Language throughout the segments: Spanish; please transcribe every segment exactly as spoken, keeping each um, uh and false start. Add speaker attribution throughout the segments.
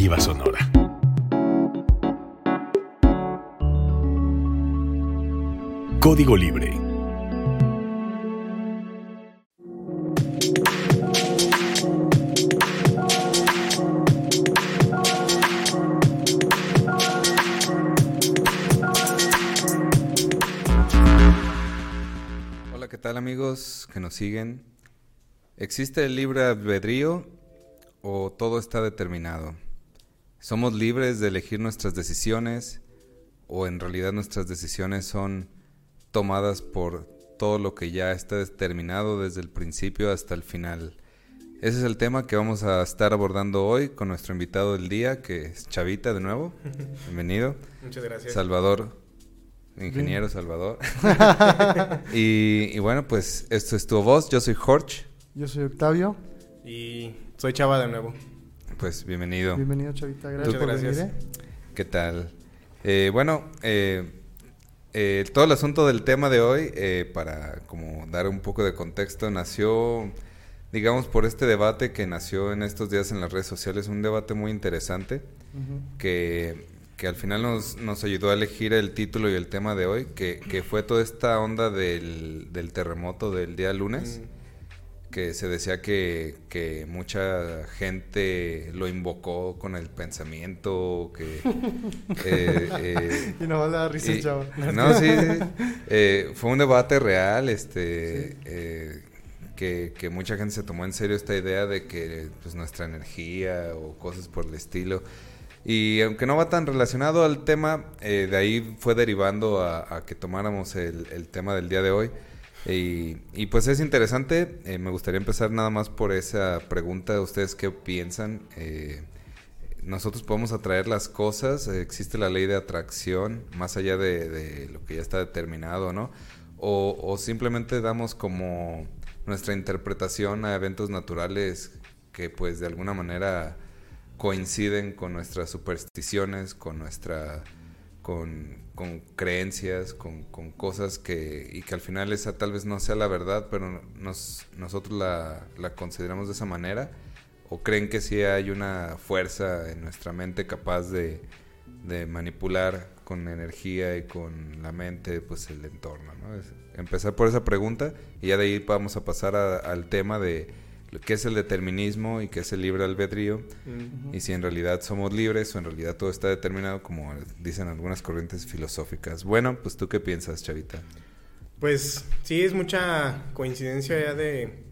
Speaker 1: Alternativa Sonora. Código Libre.
Speaker 2: Hola, ¿qué tal amigos que nos siguen? ¿Existe el libre albedrío o todo está determinado? ¿Somos libres de elegir nuestras decisiones o en realidad nuestras decisiones son tomadas por todo lo que ya está determinado desde el principio hasta el final? Ese es el tema que vamos a estar abordando hoy con nuestro invitado del día, que es Chavita de nuevo. Bienvenido.
Speaker 3: Muchas gracias.
Speaker 2: Salvador, ingeniero Bien. Salvador. y, y bueno, pues esto es tu voz. Yo soy Jorge.
Speaker 4: Yo soy Octavio.
Speaker 3: Y soy Chava de nuevo.
Speaker 2: Pues bienvenido.
Speaker 4: Bienvenido, Chavita. Gracias
Speaker 3: por
Speaker 4: gracias.
Speaker 3: venir.
Speaker 2: ¿Qué tal? Eh, bueno, eh, eh, todo el asunto del tema de hoy, eh, para como dar un poco de contexto, nació, digamos, por este debate que nació en estos días en las redes sociales, un debate muy interesante, uh-huh. que, que al final nos, nos ayudó a elegir el título y el tema de hoy, que, que fue toda esta onda del, del terremoto del día lunes. Uh-huh. Que se decía que, que mucha gente lo invocó con el pensamiento, que... eh, eh,
Speaker 4: y no va a dar risa,
Speaker 2: y,
Speaker 4: chavo.
Speaker 2: No, sí, sí. Eh, fue un debate real, este... Sí. Eh, que, que mucha gente se tomó en serio esta idea de que pues, nuestra energía o cosas por el estilo... Y aunque no va tan relacionado al tema, eh, de ahí fue derivando a, a que tomáramos el, el tema del día de hoy. Y, y pues es interesante, eh, me gustaría empezar nada más por esa pregunta de ustedes qué piensan. Eh, nosotros podemos atraer las cosas, eh, existe la ley de atracción más allá de, de lo que ya está determinado, ¿no? O, o simplemente damos como nuestra interpretación a eventos naturales que pues de alguna manera coinciden con nuestras supersticiones, con nuestra... Con, con creencias, con, con cosas que, y que al final esa tal vez no sea la verdad, pero nos, nosotros la, la consideramos de esa manera, o creen que sí hay una fuerza en nuestra mente capaz de, de manipular con energía y con la mente pues el entorno, ¿no? Es empezar por esa pregunta y ya de ahí vamos a pasar a, al tema de qué es el determinismo y qué es el libre albedrío, uh-huh. y si en realidad somos libres o en realidad todo está determinado, como dicen algunas corrientes filosóficas. Bueno, pues ¿tú qué piensas, Chavita?
Speaker 3: Pues sí, es mucha coincidencia ya de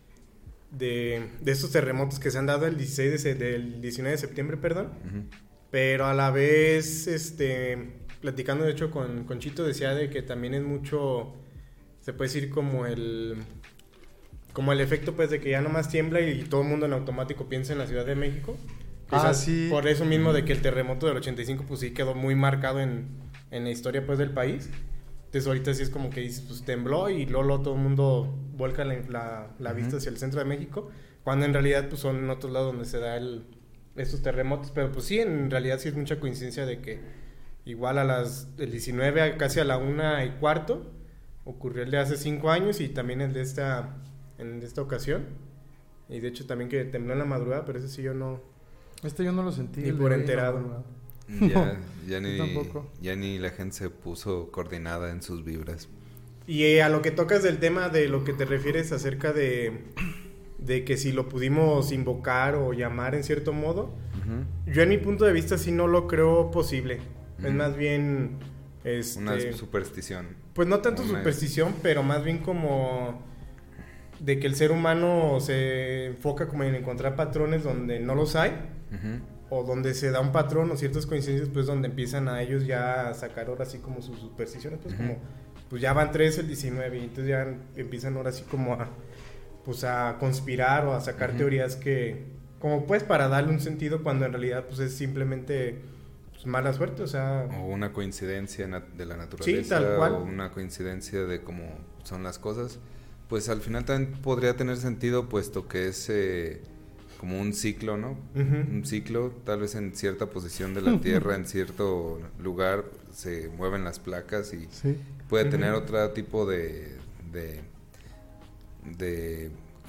Speaker 3: de, de estos terremotos que se han dado el dieciséis de, del diecinueve de septiembre, perdón, uh-huh. pero a la vez, este, platicando de hecho con, con Chito, decía de que también es mucho, se puede decir como el... como el efecto pues de que ya nomás tiembla y todo el mundo en automático piensa en la Ciudad de México.
Speaker 4: Ah, sí.
Speaker 3: Por eso mismo de que el terremoto del ochenta y cinco pues sí quedó muy marcado en, en la historia pues del país. Entonces ahorita sí es como que dices, pues tembló y luego, luego todo el mundo vuelca la, la, la vista uh-huh. hacia el centro de México, cuando en realidad pues son en otros lados donde se da el, estos terremotos. Pero pues sí, en realidad sí es mucha coincidencia de que igual a las el diecinueve, casi a la una y cuarto, ocurrió el de hace cinco años y también el de esta... en esta ocasión, y de hecho también que tembló en la madrugada, pero ese sí yo no...
Speaker 4: Este yo no lo sentí.
Speaker 3: Ni por enterado.
Speaker 2: Ya, ya, ni, ya ni la gente se puso coordinada en sus vibras.
Speaker 3: Y eh, a lo que tocas del tema de lo que te refieres acerca de, de que si lo pudimos invocar o llamar en cierto modo, uh-huh. yo en mi punto de vista sí no lo creo posible. Uh-huh. Es más bien... Este,
Speaker 2: una superstición.
Speaker 3: Pues no tanto
Speaker 2: una...
Speaker 3: superstición, pero más bien como... de que el ser humano se enfoca como en encontrar patrones donde no los hay, uh-huh. o donde se da un patrón o ciertas coincidencias, pues donde empiezan a ellos ya a sacar ahora sí como sus supersticiones, pues uh-huh. como, pues ya van tres el diecinueve, y entonces ya empiezan ahora sí como a, pues a conspirar o a sacar uh-huh. teorías que, como pues para darle un sentido cuando en realidad pues es simplemente pues, mala suerte, o sea...
Speaker 2: O una coincidencia de la naturaleza,
Speaker 3: sí, tal cual.
Speaker 2: O una coincidencia de cómo son las cosas. Pues al final también podría tener sentido, puesto que es eh, como un ciclo, ¿no? Uh-huh. Un ciclo, tal vez en cierta posición de la Tierra, en cierto lugar, se mueven las placas y
Speaker 4: sí.
Speaker 2: puede
Speaker 3: uh-huh.
Speaker 2: tener otro tipo de, de, de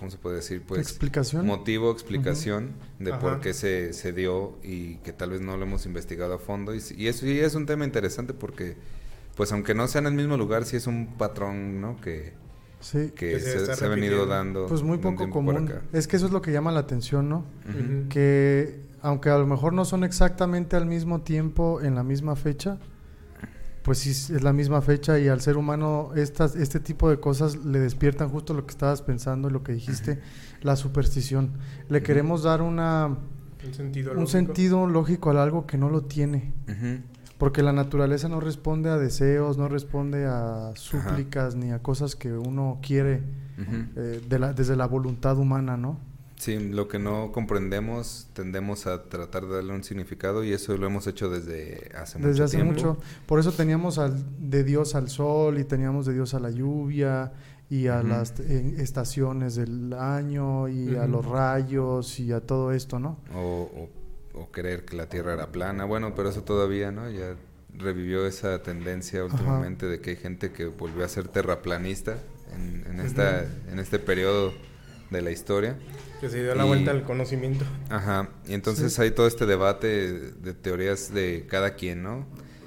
Speaker 2: ¿cómo se puede decir? Pues
Speaker 4: ¿Explicación?
Speaker 2: motivo, explicación
Speaker 3: uh-huh.
Speaker 2: de
Speaker 3: Ajá.
Speaker 2: por qué se, se dio y que tal vez no lo hemos investigado a fondo. Y, y eso sí es un tema interesante porque, pues aunque no sea en el mismo lugar, sí es un patrón, ¿no? Que,
Speaker 4: Sí.
Speaker 2: que
Speaker 3: Que se
Speaker 2: se,
Speaker 3: está
Speaker 2: se ha venido
Speaker 3: repitiendo.
Speaker 2: dando.
Speaker 4: Pues muy
Speaker 2: de un
Speaker 4: poco
Speaker 2: tiempo para
Speaker 4: común.
Speaker 2: acá.
Speaker 4: Es que eso es lo que llama la atención, ¿no?
Speaker 2: Ujú.
Speaker 4: Que aunque a lo mejor no son exactamente al mismo tiempo, en la misma fecha, pues sí es la misma fecha y al ser humano estas, este tipo de cosas le despiertan justo lo que estabas pensando y lo que dijiste, la superstición. Le
Speaker 2: Ujú.
Speaker 4: queremos dar una,
Speaker 3: Un sentido
Speaker 4: un
Speaker 3: lógico.
Speaker 4: sentido lógico a algo que no lo tiene.
Speaker 2: Ujú.
Speaker 4: Porque la naturaleza no responde a deseos, no responde a súplicas ni a cosas que uno quiere
Speaker 2: Ujú.
Speaker 4: eh, de la, desde la voluntad humana, ¿no?
Speaker 2: Sí, lo que no comprendemos tendemos a tratar de darle un significado y eso lo hemos hecho desde hace mucho
Speaker 4: Desde hace
Speaker 2: tiempo.
Speaker 4: mucho. Por eso teníamos al, de Dios al sol y teníamos de Dios a la lluvia y a
Speaker 2: Ujú.
Speaker 4: las eh, estaciones del año y a
Speaker 3: Ujú.
Speaker 4: los rayos y a todo esto, ¿no?
Speaker 2: O, o, o creer que la Tierra era plana. Bueno, pero eso todavía, ¿no? Ya revivió esa tendencia últimamente de que hay gente que volvió a ser terraplanista en, en, esta, en este periodo de la historia.
Speaker 3: Que se dio la
Speaker 2: Y-
Speaker 3: vuelta al conocimiento.
Speaker 2: Ajá, y entonces
Speaker 4: Sí.
Speaker 2: hay todo este debate de teorías de cada quien, ¿no?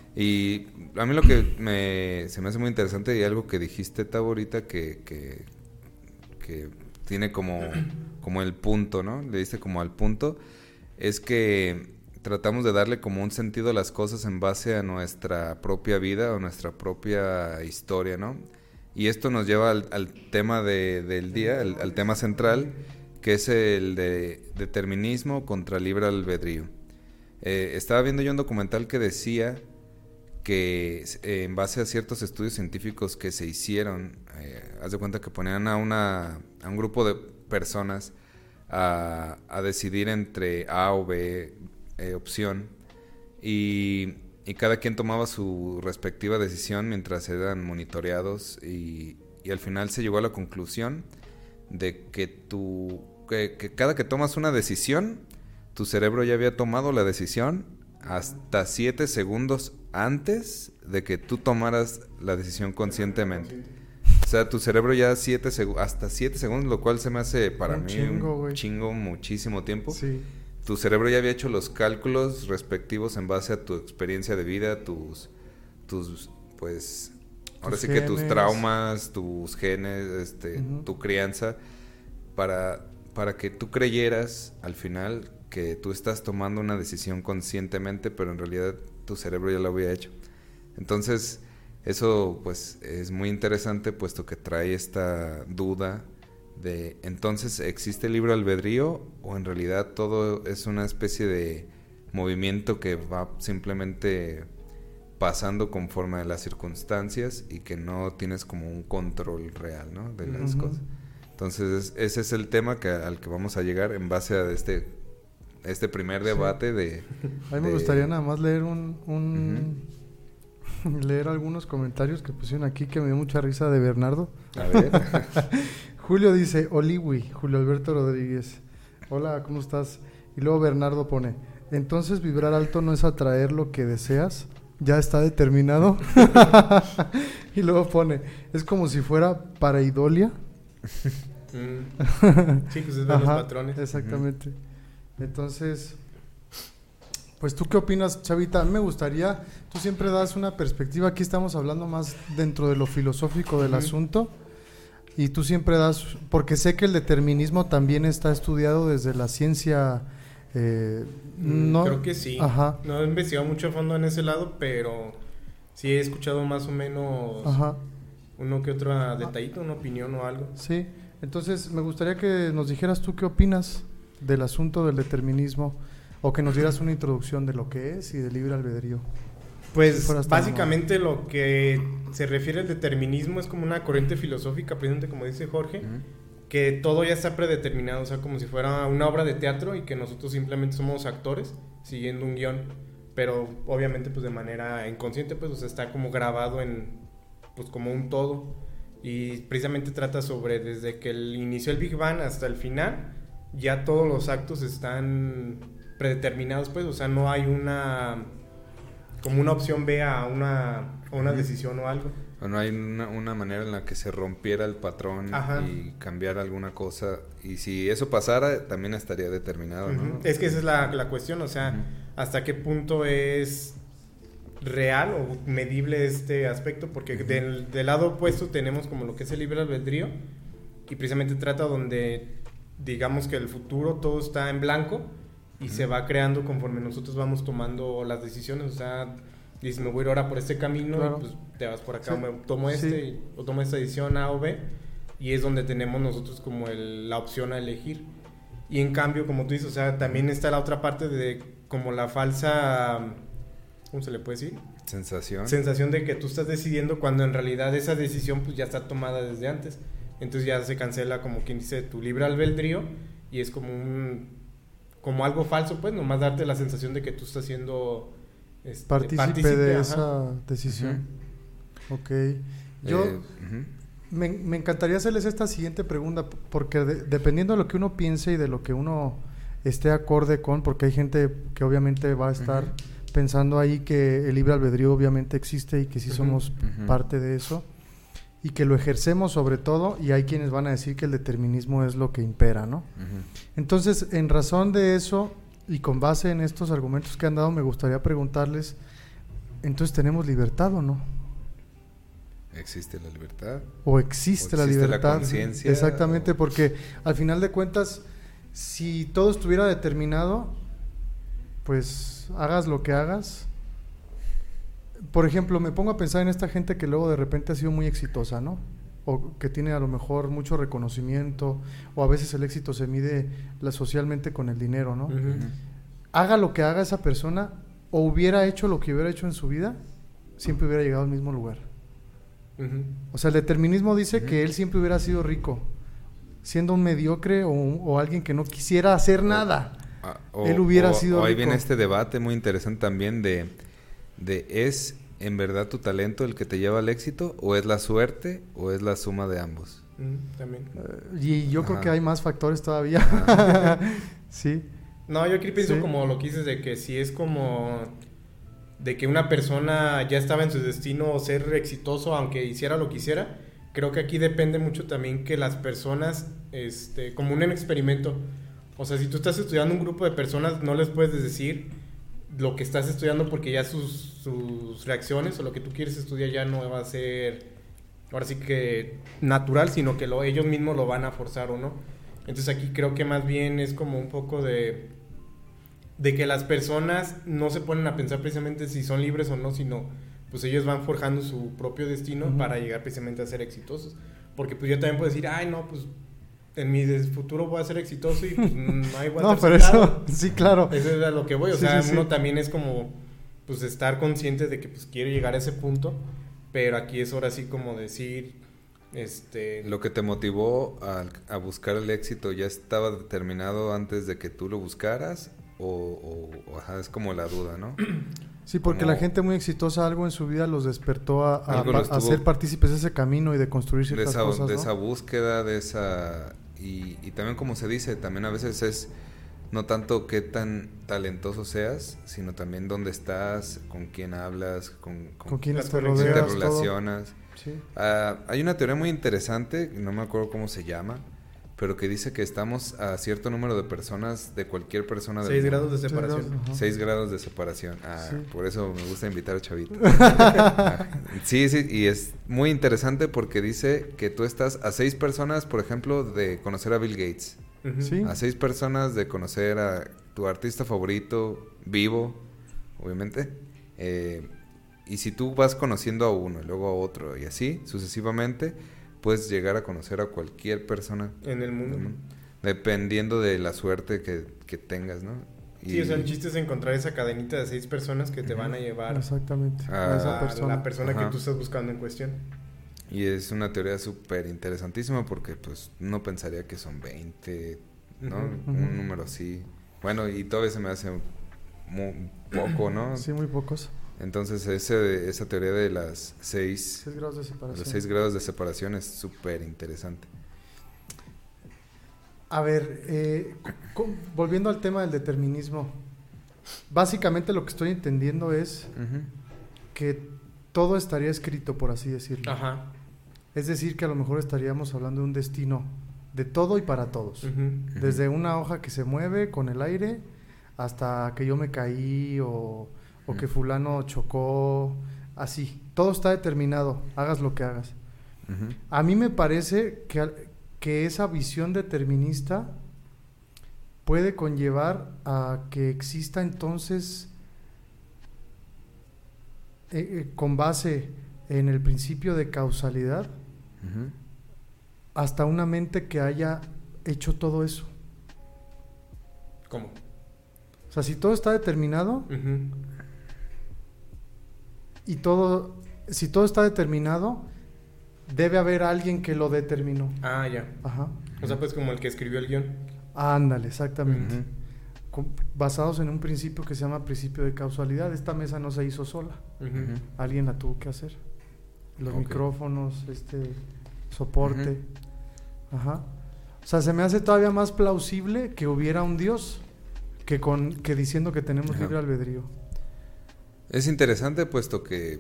Speaker 2: Y a mí lo que me, se me hace muy interesante y algo que dijiste, Tavo, ahorita que, que, que tiene como, como el punto, ¿no? Le diste como al punto, es que tratamos de darle como un sentido a las cosas en base a nuestra propia vida o nuestra propia historia, ¿no? Y esto nos lleva al, al tema de, del día, al, al tema central, que es el de determinismo contra libre albedrío. Eh, estaba viendo yo un documental que decía que eh, en base a ciertos estudios científicos que se hicieron, eh, haz de cuenta que ponían a, una, a un grupo de personas a, a decidir entre A o B eh, opción y, y cada quien tomaba su respectiva decisión mientras eran monitoreados y, y al final se llegó a la conclusión de que tu que, que cada que tomas una decisión, tu cerebro ya había tomado la decisión hasta siete segundos antes de que tú tomaras la decisión conscientemente. O sea, tu cerebro ya siete seg- hasta siete segundos, lo cual se me hace para
Speaker 4: Un
Speaker 2: mí
Speaker 4: chingo,
Speaker 2: un
Speaker 4: güey.
Speaker 2: chingo, muchísimo tiempo.
Speaker 4: Sí.
Speaker 2: Tu cerebro ya había hecho los cálculos respectivos en base a tu experiencia de vida, tus, tus pues, ahora
Speaker 4: Tus
Speaker 2: sí que tus
Speaker 4: genes.
Speaker 2: traumas, tus genes, este,
Speaker 4: Ujú.
Speaker 2: tu crianza, para, para que tú creyeras al final que tú estás tomando una decisión conscientemente, pero en realidad tu cerebro ya lo había hecho. Entonces, eso pues es muy interesante, puesto que trae esta duda de, entonces, ¿existe el libre albedrío o en realidad todo es una especie de movimiento que va simplemente pasando conforme a las circunstancias y que no tienes como un control real, ¿no? De las
Speaker 4: Ujú.
Speaker 2: cosas. Entonces, es- ese es el tema que, al que vamos a llegar en base a este, este primer debate de...
Speaker 4: A mí me
Speaker 2: de-
Speaker 4: gustaría nada más leer un, un leer algunos comentarios que pusieron aquí que me dio mucha risa de Bernardo.
Speaker 2: A ver.
Speaker 4: Julio dice, Oliwi, Julio Alberto Rodríguez. Hola, ¿cómo estás? Y luego Bernardo pone, entonces vibrar alto no es atraer lo que deseas, ya está determinado. Y luego pone, es como si fuera pareidolia.
Speaker 3: Mm. Sí, pues es ver los
Speaker 4: Ajá,
Speaker 3: patrones.
Speaker 4: exactamente. Entonces, pues tú qué opinas, Chavita. A mí me gustaría, tú siempre das una perspectiva, aquí estamos hablando más dentro de lo filosófico del
Speaker 3: Ujú.
Speaker 4: asunto, y tú siempre das, porque sé que el determinismo también está estudiado desde la ciencia, eh,
Speaker 3: Mm,
Speaker 4: no,
Speaker 3: Creo que sí.
Speaker 4: Ajá,
Speaker 3: No he investigado mucho a fondo en ese lado, pero sí he escuchado más o menos
Speaker 4: ajá,
Speaker 3: uno que otro detallito, una opinión o algo.
Speaker 4: sí. Entonces, me gustaría que nos dijeras tú qué opinas del asunto del determinismo, o que nos dieras una introducción de lo que es y del libre albedrío. Si
Speaker 3: Pues
Speaker 4: fueras tan
Speaker 3: básicamente lo que se refiere al determinismo es como una corriente filosófica, precisamente como dice Jorge,
Speaker 2: Ujú.
Speaker 3: que todo ya está predeterminado, o sea, como si fuera una obra de teatro y que nosotros simplemente somos actores siguiendo un guión, pero obviamente pues de manera inconsciente, pues o sea, está como grabado en, pues como un todo, y precisamente trata sobre desde que el inició el Big Bang hasta el final, ya todos los actos están predeterminados, pues, o sea, no hay una como una opción B a una, a una
Speaker 2: Ujú.
Speaker 3: decisión o algo.
Speaker 2: O no hay una, una manera en la que se rompiera el patrón
Speaker 3: Ajá.
Speaker 2: y cambiara alguna cosa. Y si eso pasara, también estaría determinado, ¿no?
Speaker 3: Uh-huh. Es que esa es la, la cuestión, o sea, uh-huh. hasta qué punto es real o medible este aspecto, porque uh-huh. del, del lado opuesto tenemos como lo que es el libre albedrío, y precisamente trata donde digamos que el futuro todo está en blanco y uh-huh. se va creando conforme nosotros vamos tomando las decisiones, o sea, dices, me voy a ir ahora por este camino, claro. y pues te vas por acá, sí. o me tomo este, sí. y, o tomo esta decisión A o B, y es donde tenemos nosotros como el, la opción a elegir. Y en cambio, como tú dices, o sea, también está la otra parte de como la falsa, ¿cómo se le puede decir?
Speaker 2: Sensación.
Speaker 3: Sensación de que tú estás decidiendo cuando en realidad esa decisión pues ya está tomada desde antes. Entonces ya se cancela, como quien dice, tu libre albedrío, y es como un, como algo falso, pues, nomás darte la sensación de que tú estás siendo... Este,
Speaker 4: partícipe, partícipe de ajá. esa decisión. Uh-huh. Ok. Yo eh, uh-huh. me, me encantaría hacerles esta siguiente pregunta, porque de, dependiendo de lo que uno piense y de lo que uno esté acorde con, porque hay gente que obviamente va a estar uh-huh. pensando ahí que el libre albedrío obviamente existe y que sí uh-huh. somos uh-huh. parte de eso y que lo ejercemos sobre todo, y hay quienes van a decir que el determinismo es lo que impera, ¿no? Uh-huh. Entonces, en razón de eso y con base en estos argumentos que han dado, me gustaría preguntarles, entonces, ¿tenemos libertad o no?
Speaker 2: ¿Existe la libertad?
Speaker 4: ¿O existe, ¿O existe la libertad?
Speaker 2: La conciencia.
Speaker 4: Exactamente,
Speaker 2: o...
Speaker 4: porque al final de cuentas, si todo estuviera determinado, pues hagas lo que hagas. Por ejemplo, me pongo a pensar en esta gente que luego de repente ha sido muy exitosa, ¿no? O que tiene a lo mejor mucho reconocimiento, o a veces el éxito se mide la, socialmente con el dinero, ¿no? Uh-huh. Haga lo que haga esa persona, o hubiera hecho lo que hubiera hecho en su vida, siempre hubiera llegado al mismo lugar. Uh-huh. O sea, el determinismo dice uh-huh. que él siempre hubiera sido rico, siendo un mediocre o, o alguien que no quisiera hacer nada.
Speaker 2: O,
Speaker 4: él hubiera
Speaker 2: o,
Speaker 4: sido
Speaker 2: o ahí
Speaker 4: rico.
Speaker 2: Viene este debate muy interesante también de, de ¿es en verdad tu talento el que te lleva al éxito, o es la suerte, o es la suma de ambos?
Speaker 3: Mm, también.
Speaker 4: Uh, y yo Ajá. creo que hay más factores todavía. Sí.
Speaker 3: No, yo aquí pienso
Speaker 4: sí.
Speaker 3: como lo que dices de que si es como de que una persona ya estaba en su destino ser exitoso aunque hiciera lo que hiciera. Creo que aquí depende mucho también que las personas, este, como un experimento, o sea, si tú estás estudiando un grupo de personas, no les puedes decir lo que estás estudiando porque ya sus, sus reacciones o lo que tú quieres estudiar ya no va a ser, ahora sí que natural, sino que lo, ellos mismos lo van a forzar o no. Entonces aquí creo que más bien es como un poco de, de que las personas no se ponen a pensar precisamente si son libres o no, sino pues ellos van forjando su propio destino uh-huh. para llegar precisamente a ser exitosos. Porque pues yo también puedo decir, ay no, pues en mi futuro voy a ser exitoso y pues no hay voy a
Speaker 4: no, pero eso, sí, claro.
Speaker 3: Eso es a lo que voy, o
Speaker 4: sí,
Speaker 3: sea,
Speaker 4: sí,
Speaker 3: uno
Speaker 4: sí.
Speaker 3: también es como, pues estar consciente de que pues quiero llegar a ese punto, pero aquí es ahora sí como decir, este...
Speaker 2: Lo que te motivó a, a buscar el éxito ya estaba determinado antes de que tú lo buscaras, o, o, o ajá, es como la duda, ¿no?
Speaker 4: Sí, porque
Speaker 2: como...
Speaker 4: la gente muy exitosa algo en su vida los despertó a, a,
Speaker 2: a,
Speaker 4: a ser partícipes de ese camino y de construir ciertas
Speaker 2: de esa,
Speaker 4: cosas,
Speaker 2: de
Speaker 4: ¿no?
Speaker 2: esa búsqueda, de esa... Y, y también como se dice, también a veces es no tanto qué tan talentoso seas, sino también dónde estás, con quién hablas, con, con,
Speaker 4: con quién te,
Speaker 2: rodeas, te relacionas.
Speaker 4: Sí.
Speaker 2: Uh, hay una teoría muy interesante, no me acuerdo cómo se llama, pero que dice que estamos a cierto número de personas, de cualquier persona del
Speaker 3: Seis
Speaker 2: mundo.
Speaker 3: grados de separación.
Speaker 4: Seis grados,
Speaker 2: Seis grados de separación. Ah,
Speaker 4: sí.
Speaker 2: Por eso me gusta invitar a Chavito. ah, sí, sí, y es muy interesante porque dice que tú estás a seis personas, por ejemplo, de conocer a Bill Gates.
Speaker 3: Uh-huh.
Speaker 4: Sí.
Speaker 2: A seis personas de conocer a tu artista favorito, vivo, obviamente. Eh, y si tú vas conociendo a uno y luego a otro y así, sucesivamente, puedes llegar a conocer a cualquier persona
Speaker 3: en el mundo,
Speaker 2: mundo, dependiendo de la suerte que, que tengas, ¿no? Y
Speaker 3: sí, o sea, el chiste es encontrar esa cadenita de seis personas que te
Speaker 2: uh-huh.
Speaker 3: van a llevar
Speaker 4: exactamente
Speaker 2: a,
Speaker 4: a esa persona,
Speaker 3: la persona
Speaker 2: Ajá.
Speaker 3: que tú estás buscando en cuestión.
Speaker 2: Y es una teoría súper interesantísima porque pues no pensaría que son veinte, ¿no?
Speaker 3: Uh-huh.
Speaker 2: Un número así. Bueno, y todavía se me hace muy poco, ¿no?
Speaker 4: Sí, muy pocos.
Speaker 2: Entonces ese, esa teoría de las seis,
Speaker 4: seis grados de separación.
Speaker 2: Los seis grados de separación es súper interesante.
Speaker 4: A ver, eh, con, volviendo al tema del determinismo, básicamente lo que estoy entendiendo es uh-huh. que todo estaría escrito, por así decirlo.
Speaker 3: Ajá.
Speaker 4: Es decir, que a lo mejor estaríamos hablando de un destino de todo y para todos.
Speaker 3: Uh-huh.
Speaker 4: Desde una hoja que se mueve con el aire hasta que yo me caí o, o
Speaker 2: Uh-huh.
Speaker 4: que fulano chocó, así. Todo está determinado, hagas lo que hagas.
Speaker 2: Uh-huh.
Speaker 4: A mí me parece que, al- que esa visión determinista puede conllevar a que exista entonces, eh, eh, con base en el principio de causalidad,
Speaker 2: Uh-huh.
Speaker 4: hasta una mente que haya hecho todo eso.
Speaker 3: ¿Cómo?
Speaker 4: O sea, si todo está determinado
Speaker 3: Uh-huh.
Speaker 4: y todo, si todo está determinado, debe haber alguien que lo determinó.
Speaker 3: Ah, ya.
Speaker 4: Ajá.
Speaker 3: O sea, pues como el que escribió el guión.
Speaker 4: Ándale, exactamente.
Speaker 2: Ujú.
Speaker 4: Con- basados en un principio que se llama principio de causalidad. Esta mesa no se hizo sola.
Speaker 3: Uh-huh.
Speaker 2: Ujú.
Speaker 4: Alguien la tuvo que hacer. Los
Speaker 2: Ok.
Speaker 4: micrófonos, este soporte. Ajá. O sea, se me hace todavía más plausible que hubiera un Dios que con que diciendo que tenemos
Speaker 2: Ajá.
Speaker 4: libre albedrío.
Speaker 2: Es interesante puesto que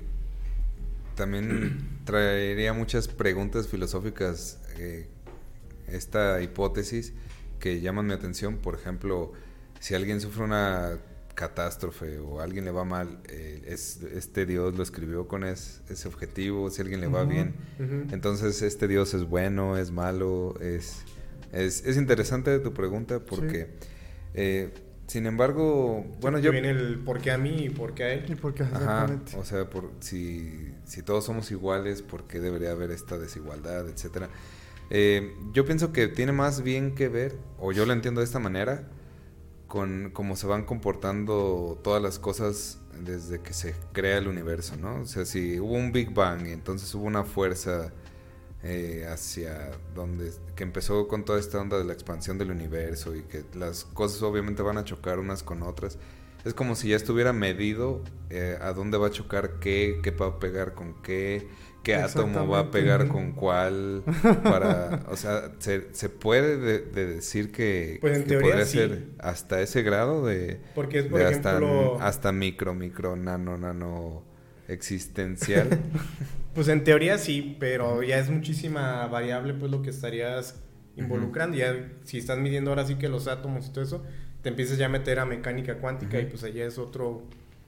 Speaker 2: también traería muchas preguntas filosóficas eh, esta hipótesis que llaman mi atención. Por ejemplo, si alguien sufre una catástrofe o a alguien le va mal, eh, es, este Dios lo escribió con es- ese objetivo. Si a alguien le va
Speaker 4: Ujú.
Speaker 2: bien,
Speaker 3: Uh-huh.
Speaker 2: entonces este Dios es bueno, es malo. Es, es, es interesante tu pregunta porque, eh, sin embargo, bueno, yo...
Speaker 3: Viene el por qué a mí y por qué a él.
Speaker 4: Y porque
Speaker 2: Ajá,
Speaker 4: exactamente.
Speaker 2: o sea, por, si, si todos somos iguales, ¿por qué debería haber esta desigualdad, etcétera? Eh, yo pienso que tiene más bien que ver, o yo lo entiendo de esta manera, con cómo se van comportando todas las cosas desde que se crea el universo, ¿no? O sea, si hubo un Big Bang y entonces hubo una fuerza eh, hacia donde, que empezó con toda esta onda de la expansión del universo y que las cosas obviamente van a chocar unas con otras. Es como si ya estuviera medido eh, a dónde va a chocar qué, qué va a pegar con qué, qué átomo va a pegar
Speaker 3: Exactamente.
Speaker 2: con cuál, para, o sea, se, se puede de, de decir que,
Speaker 3: Pues en
Speaker 2: que
Speaker 3: teoría
Speaker 2: podría
Speaker 3: sí.
Speaker 2: ser hasta ese grado de,
Speaker 3: Porque es, por
Speaker 2: de hasta,
Speaker 3: ejemplo...
Speaker 2: hasta micro, micro, nano, nano existencial.
Speaker 3: Pues en teoría sí, pero ya es muchísima variable pues lo que estarías involucrando. Ya si estás midiendo ahora sí que los átomos y todo eso, te empiezas ya a meter a mecánica cuántica.
Speaker 2: Ujú.
Speaker 3: Y pues allá es otro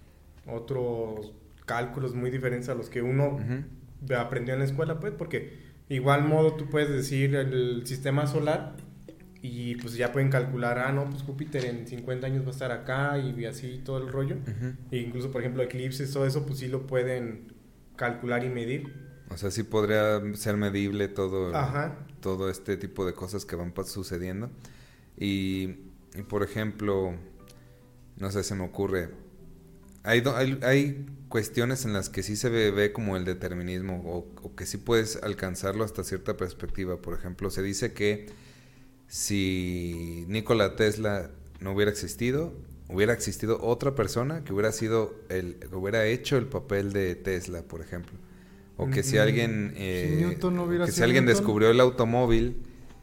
Speaker 3: otros cálculos muy diferentes a los que uno
Speaker 2: Ujú.
Speaker 3: aprendió en la escuela, pues, porque igual modo tú puedes decir el sistema solar y pues ya pueden calcular, ah, no, pues Júpiter en cincuenta años va a estar acá y así todo el rollo.
Speaker 2: Ujú.
Speaker 3: E incluso, por ejemplo, eclipses, todo eso, pues sí lo pueden calcular y medir.
Speaker 2: O sea, sí podría ser medible todo,
Speaker 3: Ajá.
Speaker 2: todo este tipo de cosas que van pa- sucediendo. Y, y, por ejemplo, no sé, se me ocurre, hay, do- hay, hay cuestiones en las que sí se ve, ve como el determinismo o, o que sí puedes alcanzarlo hasta cierta perspectiva. Por ejemplo, se dice que si Nikola Tesla no hubiera existido, hubiera existido otra persona que hubiera sido el, que hubiera hecho el papel de Tesla, por ejemplo. O que si
Speaker 3: Ujú.
Speaker 2: alguien eh,
Speaker 4: Si Newton no hubiera
Speaker 2: que si
Speaker 4: sido
Speaker 2: alguien
Speaker 4: Newton.
Speaker 2: descubrió el automóvil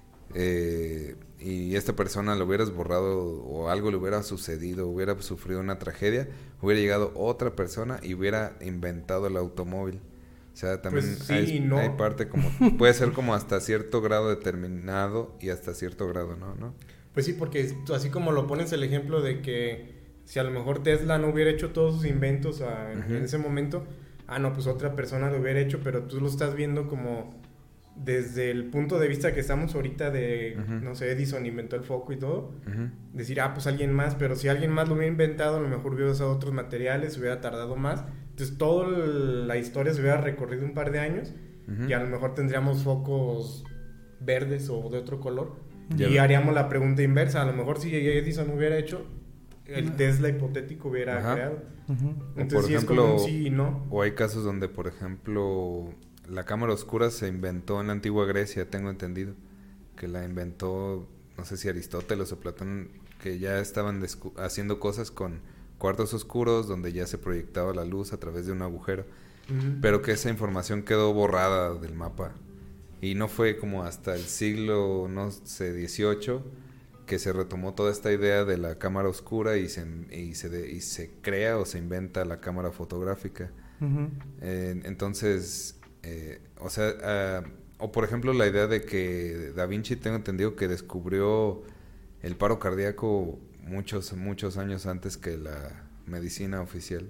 Speaker 2: eh, y esta persona lo hubiera esborrado o algo le hubiera sucedido, hubiera sufrido una tragedia, hubiera llegado otra persona y hubiera inventado el automóvil. O sea, también
Speaker 3: Pues sí
Speaker 2: hay,
Speaker 3: y no.
Speaker 2: hay parte como puede ser como hasta cierto grado determinado y hasta cierto grado no, ¿no?
Speaker 3: Pues sí, porque así como lo pones el ejemplo de que si a lo mejor Tesla no hubiera hecho todos sus inventos a-
Speaker 2: Ujú.
Speaker 3: en ese momento, ah, no, pues otra persona lo hubiera hecho, pero tú lo estás viendo como desde el punto de vista que estamos ahorita de,
Speaker 2: Ujú.
Speaker 3: no sé, Edison inventó el foco y todo,
Speaker 2: Ujú.
Speaker 3: decir, ah, pues alguien más, pero si alguien más lo hubiera inventado, a lo mejor hubiera usado otros materiales, hubiera tardado más, entonces toda la historia se hubiera recorrido un par de años
Speaker 2: Ujú.
Speaker 3: y a lo mejor tendríamos focos verdes o de otro color.
Speaker 2: Ya
Speaker 3: Y
Speaker 2: veo.
Speaker 3: haríamos la pregunta inversa. A lo mejor si Edison hubiera hecho, el Tesla hipotético hubiera
Speaker 2: Ajá.
Speaker 3: creado.
Speaker 4: Ujú.
Speaker 2: O
Speaker 3: Entonces
Speaker 2: por
Speaker 3: sí es
Speaker 2: ejemplo,
Speaker 3: como un sí y no.
Speaker 2: o hay casos donde, por ejemplo, la cámara oscura se inventó en la antigua Grecia, tengo entendido, que la inventó, no sé si Aristóteles o Platón, que ya estaban descu- haciendo cosas con cuartos oscuros donde ya se proyectaba la luz a través de un agujero,
Speaker 3: Ujú.
Speaker 2: pero que esa información quedó borrada del mapa. Y no fue como hasta el siglo, no sé, dieciocho, que se retomó toda esta idea de la cámara oscura y se, y se, de- y se crea o se inventa la cámara fotográfica.
Speaker 4: Uh-huh.
Speaker 2: Eh, entonces, eh, o sea, uh, o por ejemplo la idea de que Da Vinci, tengo entendido que descubrió el paro cardíaco muchos, muchos años antes que la medicina oficial.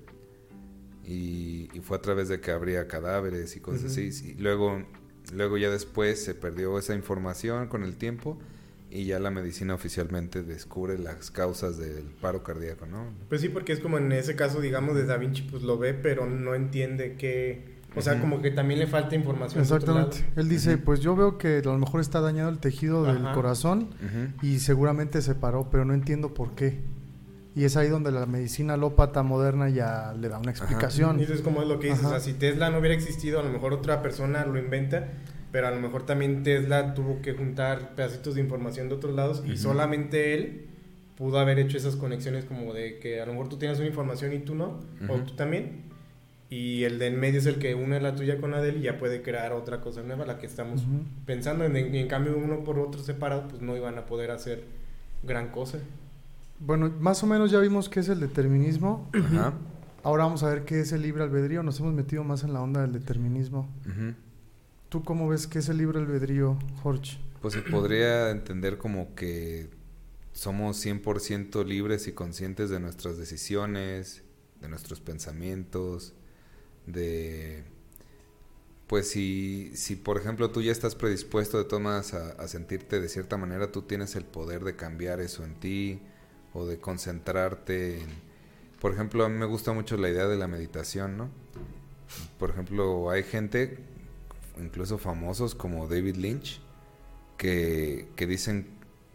Speaker 2: Y, y fue a través de que abría cadáveres y cosas uh-huh. así. Y luego, luego ya después se perdió esa información con el tiempo y ya la medicina oficialmente descubre las causas del paro cardíaco, ¿no?
Speaker 3: Pues sí, porque es como en ese caso, digamos, de Da Vinci, pues lo ve, pero no entiende que... O sea, uh-huh. como que también le falta información.
Speaker 4: Exactamente. Él dice, uh-huh. pues yo veo que a lo mejor está dañado el tejido Ajá. del corazón uh-huh. y seguramente se paró, pero no entiendo por qué. Y es ahí donde la medicina alópata moderna ya le da una explicación.
Speaker 3: Ajá. Y eso es como es lo que dices, Ajá. o sea, si Tesla no hubiera existido, a lo mejor otra persona lo inventa, pero a lo mejor también Tesla tuvo que juntar pedacitos de información de otros lados uh-huh. y solamente él pudo haber hecho esas conexiones como de que a lo mejor tú tienes una información y tú no, uh-huh. o tú también. Y el de en medio es el que une la tuya con la de él y ya puede crear otra cosa nueva, la que estamos uh-huh. pensando. En, en cambio, uno por otro separado, pues no iban a poder hacer gran cosa.
Speaker 4: Bueno, más o menos ya vimos qué es el determinismo.
Speaker 2: Ajá.
Speaker 4: Ahora vamos a ver qué es el libre albedrío. Nos hemos metido más en la onda del determinismo.
Speaker 2: Uh-huh.
Speaker 4: ¿Tú cómo ves qué es el libre albedrío, Jorge?
Speaker 2: Pues se podría entender como que somos cien por ciento libres y conscientes de nuestras decisiones, de nuestros pensamientos, de... Pues si, si por ejemplo tú ya estás predispuesto de todas maneras a, a sentirte de cierta manera, tú tienes el poder de cambiar eso en ti o de concentrarte en... Por ejemplo, a mí me gusta mucho la idea de la meditación, ¿no? Por ejemplo, hay gente, incluso famosos como David Lynch, que, que dicen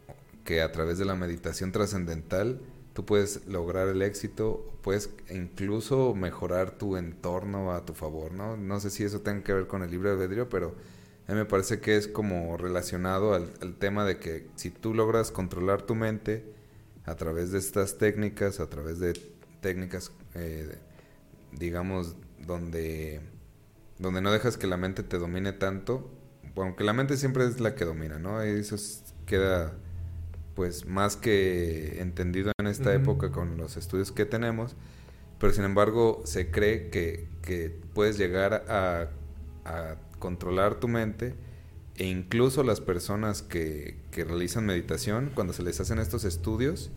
Speaker 2: que a través de la meditación trascendental tú puedes lograr el éxito, puedes incluso mejorar tu entorno a tu favor, ¿no? No sé si eso tenga que ver con el libre albedrío, pero a mí me parece que es como relacionado al, al tema de que si tú logras controlar tu mente a través de estas técnicas, a través de técnicas, eh, digamos, donde, donde no dejas que la mente te domine tanto, bueno, que la mente siempre es la que domina, ¿no? Y eso es, queda... pues más que entendido en esta uh-huh. época con los estudios que tenemos, pero sin embargo se cree que, que puedes llegar a, a controlar tu mente, e incluso las personas que, que realizan meditación, cuando se les hacen estos estudios,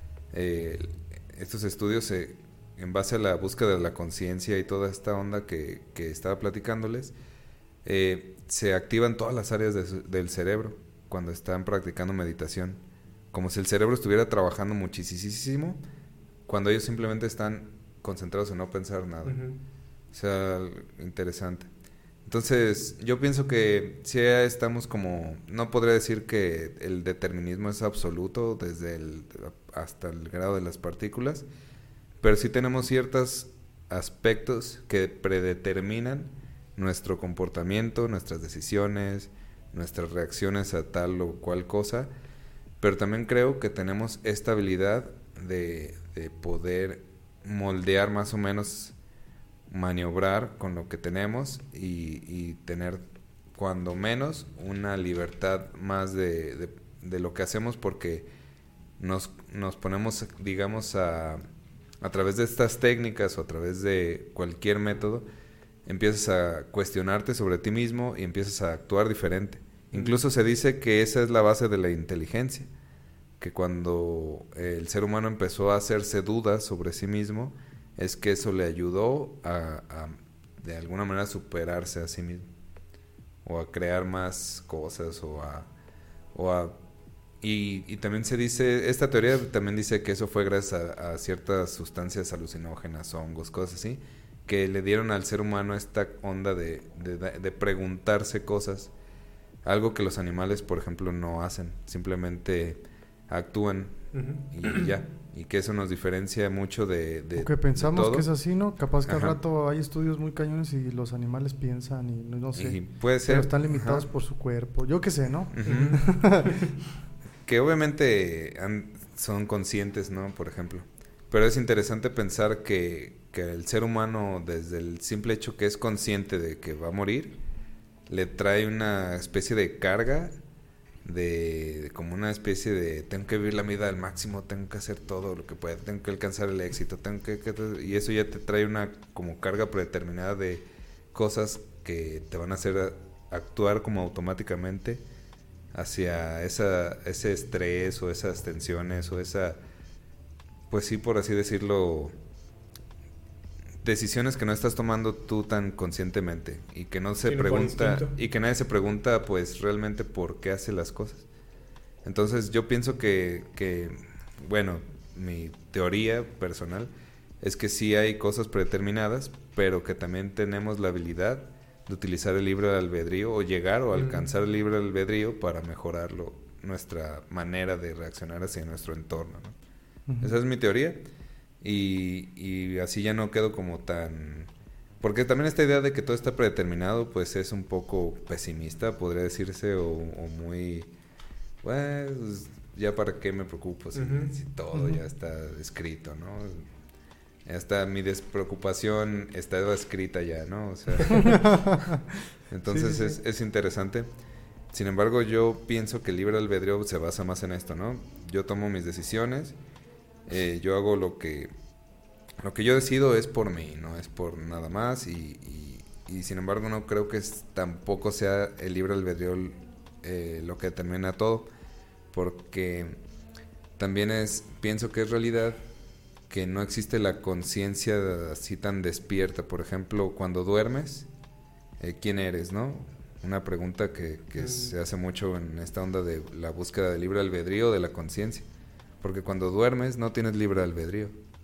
Speaker 2: eh, estos estudios eh, en base a la búsqueda de la conciencia y toda esta onda que, que estaba platicándoles, eh, se activan todas las áreas de su, del cerebro cuando están practicando meditación, como si el cerebro estuviera trabajando muchísimo cuando ellos simplemente están concentrados en no pensar nada. Uh-huh. O sea, interesante. Entonces, yo pienso que sí estamos como... No podría decir que el determinismo es absoluto desde el hasta el grado de las partículas, pero sí tenemos ciertos aspectos que predeterminan nuestro comportamiento, nuestras decisiones, nuestras reacciones a tal o cual cosa. Pero también creo que tenemos esta habilidad de, de poder moldear más o menos, maniobrar con lo que tenemos y, y tener cuando menos una libertad más de, de, de lo que hacemos, porque nos, nos ponemos, digamos, a, a través de estas técnicas o a través de cualquier método, empiezas a cuestionarte sobre ti mismo y empiezas a actuar diferente. Incluso se dice que esa es la base de la inteligencia, que cuando el ser humano empezó a hacerse dudas sobre sí mismo, es que eso le ayudó a, a de alguna manera superarse a sí mismo, o a crear más cosas, o a... O a y, y también se dice, esta teoría también dice que eso fue gracias a, a ciertas sustancias alucinógenas, hongos, cosas así, que le dieron al ser humano esta onda de, de, de preguntarse cosas. Algo que los animales, por ejemplo, no hacen. Simplemente actúan uh-huh. y ya. Y que eso nos diferencia mucho de, de
Speaker 4: que pensamos
Speaker 2: de todo.
Speaker 4: Que es así, ¿no? Capaz que
Speaker 2: Ajá.
Speaker 4: al rato hay estudios muy cañones y los animales piensan y no, no sé.
Speaker 2: Y puede ser.
Speaker 4: Pero están limitados
Speaker 2: Ajá.
Speaker 4: por su cuerpo. Yo qué sé, ¿no?
Speaker 2: Uh-huh. Que obviamente han, son conscientes, ¿no? Por ejemplo. Pero es interesante pensar que, que el ser humano, desde el simple hecho que es consciente de que va a morir, le trae una especie de carga de, de como una especie de tengo que vivir la vida al máximo, tengo que hacer todo lo que pueda, tengo que alcanzar el éxito, tengo que, que y eso ya te trae una como carga predeterminada de cosas que te van a hacer actuar como automáticamente hacia esa ese estrés o esas tensiones o esa, pues sí, por así decirlo, decisiones que no estás tomando tú tan conscientemente y que no se
Speaker 3: Sino por
Speaker 2: pregunta
Speaker 3: instinto.
Speaker 2: y que nadie se pregunta pues realmente por qué hace las cosas. Entonces yo pienso que, que bueno, mi teoría personal es que sí hay cosas predeterminadas, pero que también tenemos la habilidad de utilizar el libre albedrío o llegar o alcanzar el libre albedrío para mejorarlo, nuestra manera de reaccionar hacia nuestro entorno, ¿no? Uh-huh. Esa es mi teoría. Y, y así ya no quedo como tan... Porque también esta idea de que todo está predeterminado, pues es un poco pesimista, podría decirse, o, o muy... Pues, ya para qué me preocupo si, uh-huh. si todo uh-huh. ya está escrito, ¿no? Hasta mi despreocupación está escrita ya, ¿no? O sea... entonces sí, sí, sí. Es, es interesante. Sin embargo, yo pienso que el libre albedrío se basa más en esto, ¿no? Yo tomo mis decisiones... Eh, yo hago lo que lo que yo decido es por mí, no es por nada más y, y, y sin embargo no creo que es, tampoco sea el libre albedrío eh, lo que determina todo, porque también es, pienso que es realidad que no existe la conciencia así tan despierta. Por ejemplo, cuando duermes, eh, ¿quién eres, no? Una pregunta que, que mm. se hace mucho en esta onda de la búsqueda del libre albedrío, de la conciencia. Porque cuando duermes no tienes libre albedrío.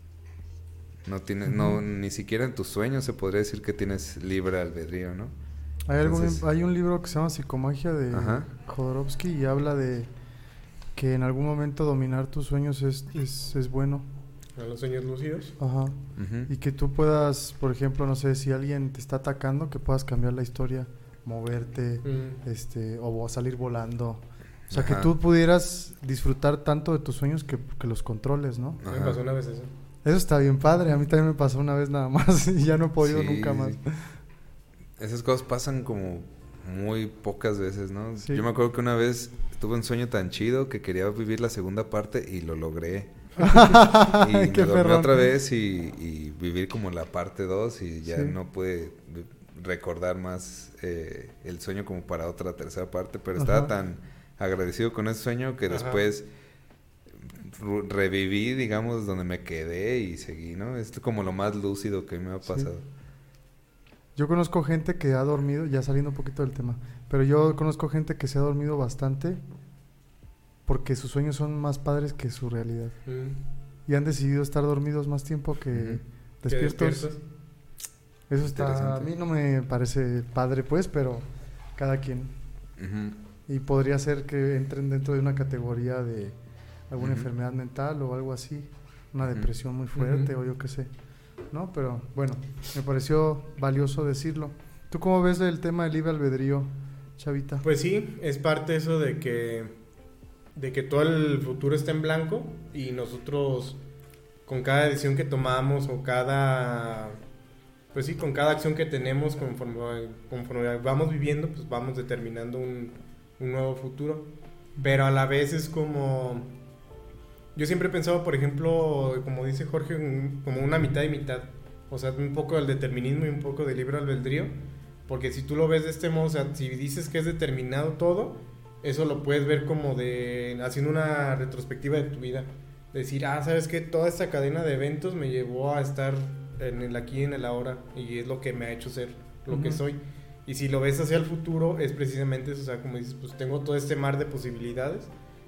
Speaker 2: No tienes, uh-huh. no, ni siquiera en tus sueños se podría decir que tienes libre albedrío, ¿no?
Speaker 4: Hay, Entonces, algún, hay un libro que se llama Psicomagia de
Speaker 2: ajá.
Speaker 4: Jodorowsky y habla de que en algún momento dominar tus sueños es, es, es bueno.
Speaker 3: ¿A los sueños lúcidos?
Speaker 4: Ajá. Uh-huh. Y que tú puedas, por ejemplo, no sé, si alguien te está atacando, que puedas cambiar la historia, moverte, uh-huh. este, o salir volando. O sea, ajá. que tú pudieras disfrutar tanto de tus sueños que, que los controles, ¿no?
Speaker 3: Ajá. Me pasó una vez eso.
Speaker 4: Eso está bien padre. A mí también me pasó una vez nada más y ya no he podido sí, nunca más.
Speaker 2: Esas cosas pasan como muy pocas veces, ¿no?
Speaker 4: Sí.
Speaker 2: Yo me acuerdo que una vez tuve un sueño tan chido que quería vivir la segunda parte y lo logré. y me
Speaker 4: Qué
Speaker 2: dormí
Speaker 4: perrón.
Speaker 2: otra vez y, y vivir como la parte dos y ya sí. no pude recordar más eh, el sueño como para otra tercera parte, pero ajá. estaba tan... agradecido con ese sueño que ajá. después r- reviví, digamos, donde me quedé y seguí, ¿no? Es como lo más lúcido que me ha pasado.
Speaker 4: Sí. Yo conozco gente que ha dormido, ya saliendo un poquito del tema, pero yo conozco gente que se ha dormido bastante porque sus sueños son más padres que su realidad. Mm. Y han decidido estar dormidos más tiempo que mm. despiertos. despiertos. Eso está, a mí no me parece padre, pues, pero cada quien. Uh-huh. Y podría ser que entren dentro de una categoría de alguna uh-huh. enfermedad mental o algo así, una depresión muy fuerte uh-huh. o yo qué sé, ¿no? Pero bueno, me pareció valioso decirlo. ¿Tú cómo ves el tema del libre albedrío, Chavita?
Speaker 3: Pues sí, es parte eso de que de que todo el futuro está en blanco y nosotros con cada decisión que tomamos o cada... pues sí, con cada acción que tenemos conforme, conforme vamos viviendo, pues vamos determinando un... un nuevo futuro, pero a la vez es como yo siempre he pensado, por ejemplo, como dice Jorge, un, como una mitad y mitad, o sea, un poco del determinismo y un poco del libre albedrío, porque si tú lo ves de este modo, o sea, si dices que es determinado todo, eso lo puedes ver como de haciendo una retrospectiva de tu vida, decir, ah, sabes que toda esta cadena de eventos me llevó a estar en el aquí y en el ahora y es lo que me ha hecho ser lo uh-huh. que soy. Y si lo ves hacia el futuro, es precisamente eso, o sea, como dices, pues tengo todo este mar de posibilidades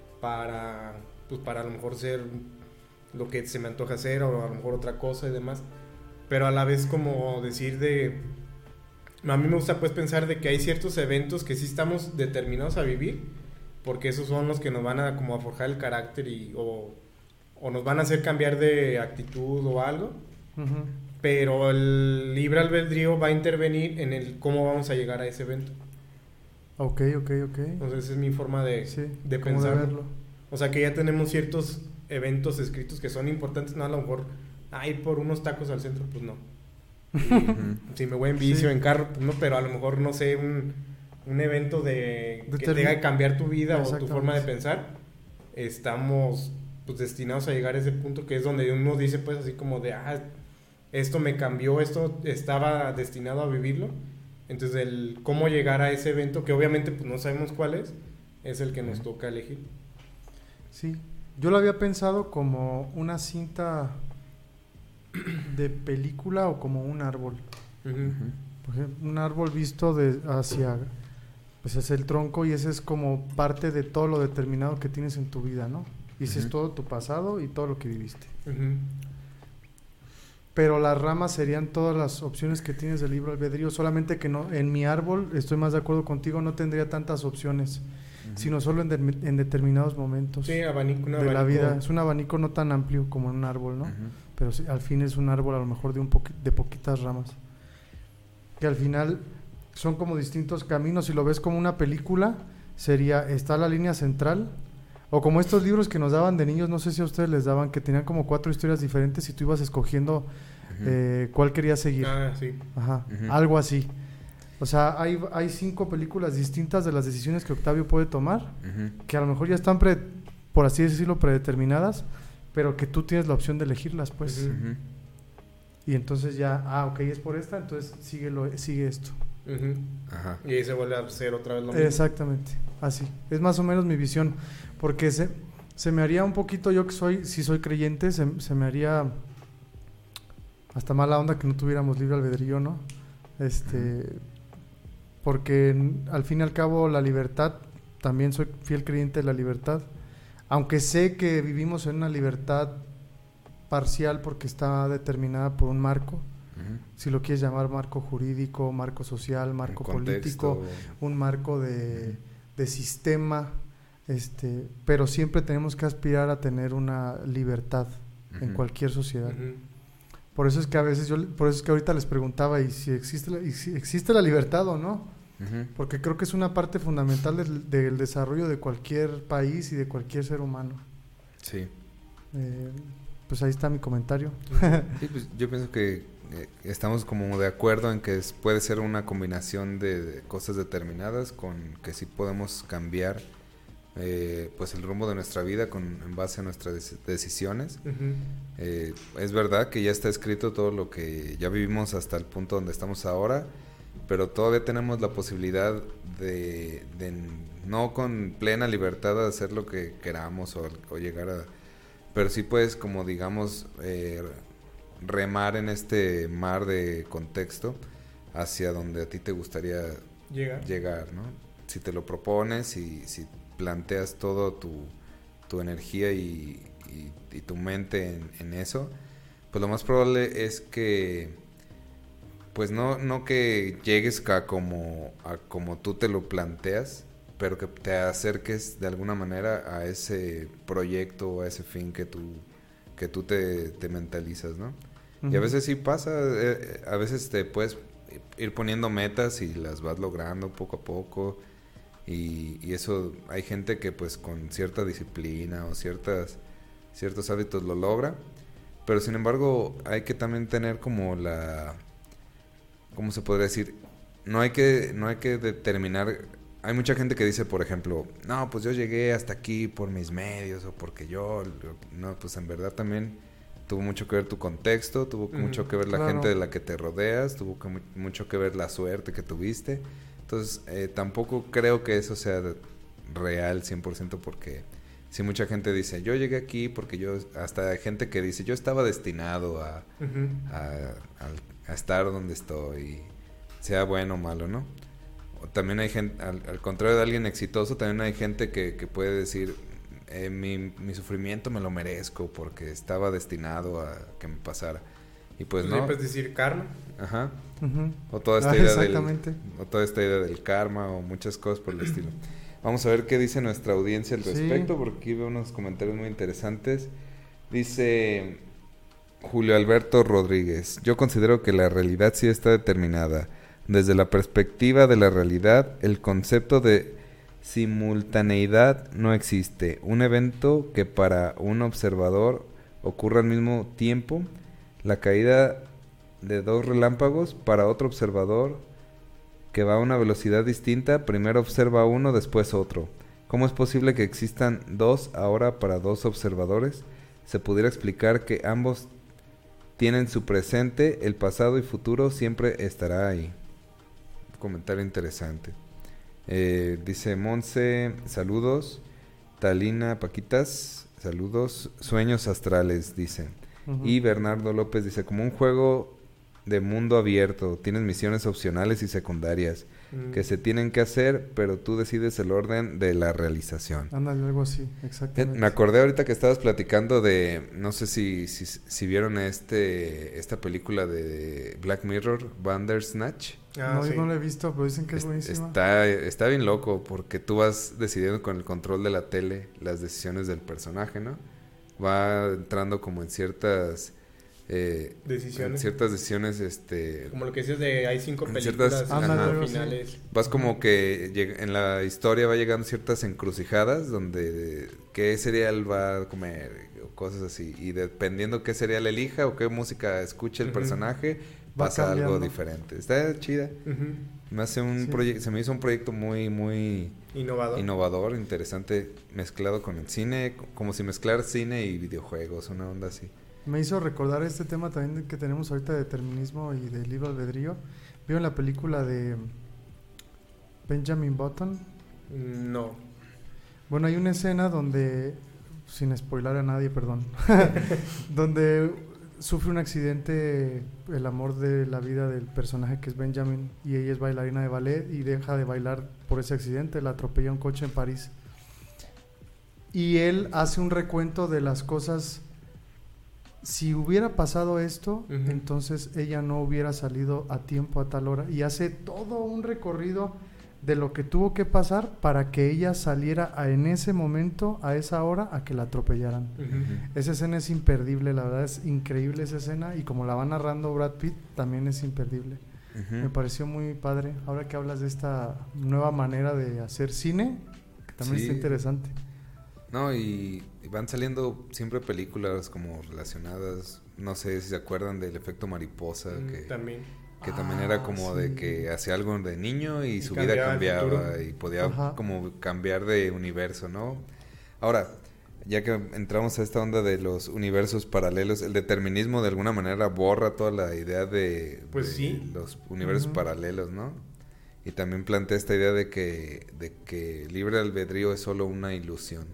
Speaker 3: para, pues para a lo mejor ser lo que se me antoja hacer o a lo mejor otra cosa y demás. Pero a la vez como decir de... A mí me gusta pues pensar de que hay ciertos eventos que sí estamos determinados a vivir, porque esos son los que nos van a como a forjar el carácter y, o, o nos van a hacer cambiar de actitud o algo. Uh-huh. Pero el libre albedrío va a intervenir en el cómo vamos a llegar a ese evento.
Speaker 4: Ok, ok, ok.
Speaker 3: Entonces esa es mi forma de,
Speaker 4: sí,
Speaker 3: de pensarlo. O sea que ya tenemos ciertos eventos escritos que son importantes, no a lo mejor a ir por unos tacos al centro, pues no. Y, si me voy en vicio, sí. en carro, pues no, pero a lo mejor no sé, un, un evento de que
Speaker 4: Determin-
Speaker 3: tenga que cambiar tu vida o tu
Speaker 4: Exactamente.
Speaker 3: forma de pensar, estamos pues destinados a llegar a ese punto que es donde uno dice pues así como de, ah, esto me cambió, esto estaba destinado a vivirlo. Entonces el cómo llegar a ese evento, que obviamente pues no sabemos cuál es, es el que nos toca elegir.
Speaker 4: Sí, yo lo había pensado como una cinta de película o como un árbol.
Speaker 3: Uh-huh.
Speaker 4: Por ejemplo, un árbol visto de hacia, pues es el tronco y ese es como parte de todo lo determinado que tienes en tu vida, ¿no? Y ese
Speaker 2: Uh-huh.
Speaker 4: es todo tu pasado y todo lo que viviste.
Speaker 3: Uh-huh.
Speaker 4: Pero las ramas serían todas las opciones que tienes del libre albedrío, solamente que no, en mi árbol, estoy más de acuerdo contigo, no tendría tantas opciones,
Speaker 2: Ujú.
Speaker 4: sino solo en, de- en determinados momentos
Speaker 3: Sí, abanico, un
Speaker 4: de
Speaker 3: abanico.
Speaker 4: la vida. Es un abanico no tan amplio como en un árbol, ¿no?
Speaker 2: Ujú.
Speaker 4: Pero sí, al fin es un árbol a lo mejor de un poqui- de poquitas ramas. Que al final son como distintos caminos. Si lo ves como una película, sería, está la línea central, o como estos libros que nos daban de niños, no sé si a ustedes les daban, que tenían como cuatro historias diferentes y tú ibas escogiendo
Speaker 2: Ujú.
Speaker 4: eh, cuál querías seguir.
Speaker 3: Ah, sí.
Speaker 4: Ajá,
Speaker 2: Ujú.
Speaker 4: algo así. O sea, hay, hay cinco películas distintas de las decisiones que Octavio puede tomar,
Speaker 2: Ujú.
Speaker 4: que a lo mejor ya están, pre- por así decirlo, predeterminadas, pero que tú tienes la opción de elegirlas, pues.
Speaker 3: Ujú.
Speaker 2: Ujú.
Speaker 4: Y entonces ya, ah, ok, es por esta, entonces síguelo, sigue esto.
Speaker 3: Uh-huh.
Speaker 2: Ajá.
Speaker 3: Y ahí se vuelve a hacer otra vez lo mismo.
Speaker 4: Exactamente, así. Es más o menos mi visión, porque se, se me haría un poquito, yo que soy, si soy creyente, se, se me haría hasta mala onda que no tuviéramos libre albedrío, ¿no? Este, porque n- al fin y al cabo la libertad, también soy fiel creyente de la libertad, aunque sé que vivimos en una libertad parcial porque está determinada por un marco,
Speaker 2: Ujú.
Speaker 4: si lo quieres llamar marco jurídico, marco social, marco
Speaker 2: Un contexto.
Speaker 4: político, un marco de, de sistema, este, pero siempre tenemos que aspirar a tener una libertad en
Speaker 2: Ujú.
Speaker 4: cualquier sociedad.
Speaker 3: Ujú.
Speaker 4: Por eso es que a veces yo, por eso es que ahorita les preguntaba y si existe la, y si existe la libertad o no,
Speaker 2: Ujú.
Speaker 4: porque creo que es una parte fundamental del, del desarrollo de cualquier país y de cualquier ser humano.
Speaker 2: Sí.
Speaker 4: Eh, pues ahí está mi comentario.
Speaker 2: Sí, pues yo pienso que eh, estamos como de acuerdo en que es- puede ser una combinación de, de cosas determinadas con que sí podemos cambiar eh, pues el rumbo de nuestra vida con en base a nuestras dec- decisiones.
Speaker 3: Ujú.
Speaker 2: Eh, es verdad que ya está escrito todo lo que ya vivimos hasta el punto donde estamos ahora, pero todavía tenemos la posibilidad de, de no con plena libertad de hacer lo que queramos o, o llegar a... Pero sí puedes como digamos eh, remar en este mar de contexto hacia donde a ti te gustaría
Speaker 3: Llega.
Speaker 2: llegar, ¿no? Si te lo propones y si planteas todo tu, tu energía y, y, y tu mente en, en eso, pues lo más probable es que pues no, no que llegues a como, a como tú te lo planteas, pero que te acerques de alguna manera a ese proyecto o a ese fin que tú, que tú te, te mentalizas, ¿no? Y a veces sí pasa, eh, a veces te puedes ir poniendo metas y las vas logrando poco a poco y, y eso hay gente que pues con cierta disciplina o ciertas ciertos hábitos lo logra, pero sin embargo hay que también tener como la, ¿cómo se podría decir? No hay que no hay que determinar. Hay mucha gente que dice, por ejemplo, no, pues yo llegué hasta aquí por mis medios o porque yo, no, pues en verdad también tuvo mucho que ver tu contexto, tuvo
Speaker 3: Ujú,
Speaker 2: mucho que ver la
Speaker 4: claro.
Speaker 2: gente de la que te rodeas, tuvo que mu- mucho que ver la suerte que tuviste. Entonces, eh, tampoco creo que eso sea de- real cien por ciento porque si mucha gente dice, yo llegué aquí porque yo, hasta hay gente que dice, yo estaba destinado a,
Speaker 3: Ujú.
Speaker 2: a, a- a estar donde estoy, sea bueno o malo, ¿no? O también hay gente, al, al contrario de alguien exitoso, también hay gente que, que puede decir, eh, mi, mi sufrimiento me lo merezco porque estaba destinado a que me pasara. Y pues
Speaker 3: Pues
Speaker 2: no.
Speaker 3: le puedes decir karma.
Speaker 2: Ajá.
Speaker 4: Ujú.
Speaker 2: O toda esta
Speaker 4: Ah,
Speaker 2: idea del,
Speaker 4: exactamente.
Speaker 2: o toda esta idea del karma o muchas cosas por el estilo. Vamos a ver qué dice nuestra audiencia al
Speaker 4: Sí.
Speaker 2: respecto, porque aquí veo unos comentarios muy interesantes. Dice Julio Alberto Rodríguez, yo considero que la realidad sí está determinada. Desde la perspectiva de la realidad, el concepto de simultaneidad no existe. Un evento que para un observador ocurra al mismo tiempo, la caída de dos relámpagos, para otro observador que va a una velocidad distinta, primero observa uno, después otro. ¿Cómo es posible que existan dos ahora para dos observadores? Se pudiera explicar que ambos tienen su presente, el pasado y futuro siempre estará ahí. Un comentario interesante. Eh, dice Monse, saludos. Talina Paquitas, saludos. Sueños astrales, dice. Uh-huh. Y Bernardo López dice, como un juego de mundo abierto, tienes misiones opcionales y secundarias mm. que se tienen que hacer, pero tú decides el orden de la realización.
Speaker 4: Ándale, algo así, exactamente.
Speaker 2: Me acordé ahorita que estabas platicando de, no sé si, si, si vieron este esta película de Black Mirror, Bandersnatch.
Speaker 4: Ah, no, sí. no la he visto, pero dicen que es, es buenísima.
Speaker 2: Está, está bien loco, porque tú vas decidiendo con el control de la tele las decisiones del personaje, ¿no? Va entrando como en ciertas... Eh,
Speaker 3: decisiones.
Speaker 2: En ciertas decisiones, este...
Speaker 3: Como lo que dices de hay cinco películas
Speaker 2: ciertas,
Speaker 3: ajá, finales.
Speaker 2: Vas como que lleg- en la historia va llegando ciertas encrucijadas donde qué cereal va a comer o cosas así. Y dependiendo qué cereal elija o qué música escuche el uh-huh. personaje, va pasa cambiando. Algo diferente. Está chida. Uh-huh. Me hace un sí. proyecto, se me hizo un proyecto muy, muy...
Speaker 3: Innovador.
Speaker 2: Innovador, interesante, mezclado con el cine, como si mezclar cine y videojuegos, una onda así.
Speaker 4: Me hizo recordar este tema también que tenemos ahorita de determinismo y de libre albedrío. ¿Vieron la película de Benjamin Button?
Speaker 3: No.
Speaker 4: Bueno, hay una escena donde, sin spoilar a nadie, perdón, donde sufre un accidente el amor de la vida del personaje que es Benjamin, y ella es bailarina de ballet y deja de bailar por ese accidente, la atropella un coche en París. Y él hace un recuento de las cosas. Si hubiera pasado esto, uh-huh. entonces ella no hubiera salido a tiempo a tal hora, y hace todo un recorrido de lo que tuvo que pasar para que ella saliera a, en ese momento, a esa hora, a que la atropellaran. Uh-huh. Esa escena es imperdible, la verdad es increíble esa escena, y como la va narrando Brad Pitt, también es imperdible. Uh-huh. Me pareció muy padre. Ahora que hablas de esta nueva manera de hacer cine, que también sí. está interesante.
Speaker 2: No, y, y van saliendo siempre películas como relacionadas, no sé si se acuerdan del efecto mariposa, mm, que
Speaker 3: también,
Speaker 2: que ah, también era como sí. de que hacía algo de niño y, y su vida cambiaba y podía Ajá. como cambiar de universo, ¿no? Ahora, ya que entramos a esta onda de los universos paralelos, el determinismo de alguna manera borra toda la idea de,
Speaker 3: pues
Speaker 2: de
Speaker 3: sí.
Speaker 2: los universos uh-huh. paralelos, ¿no? Y también plantea esta idea de que, de que libre albedrío es solo una ilusión.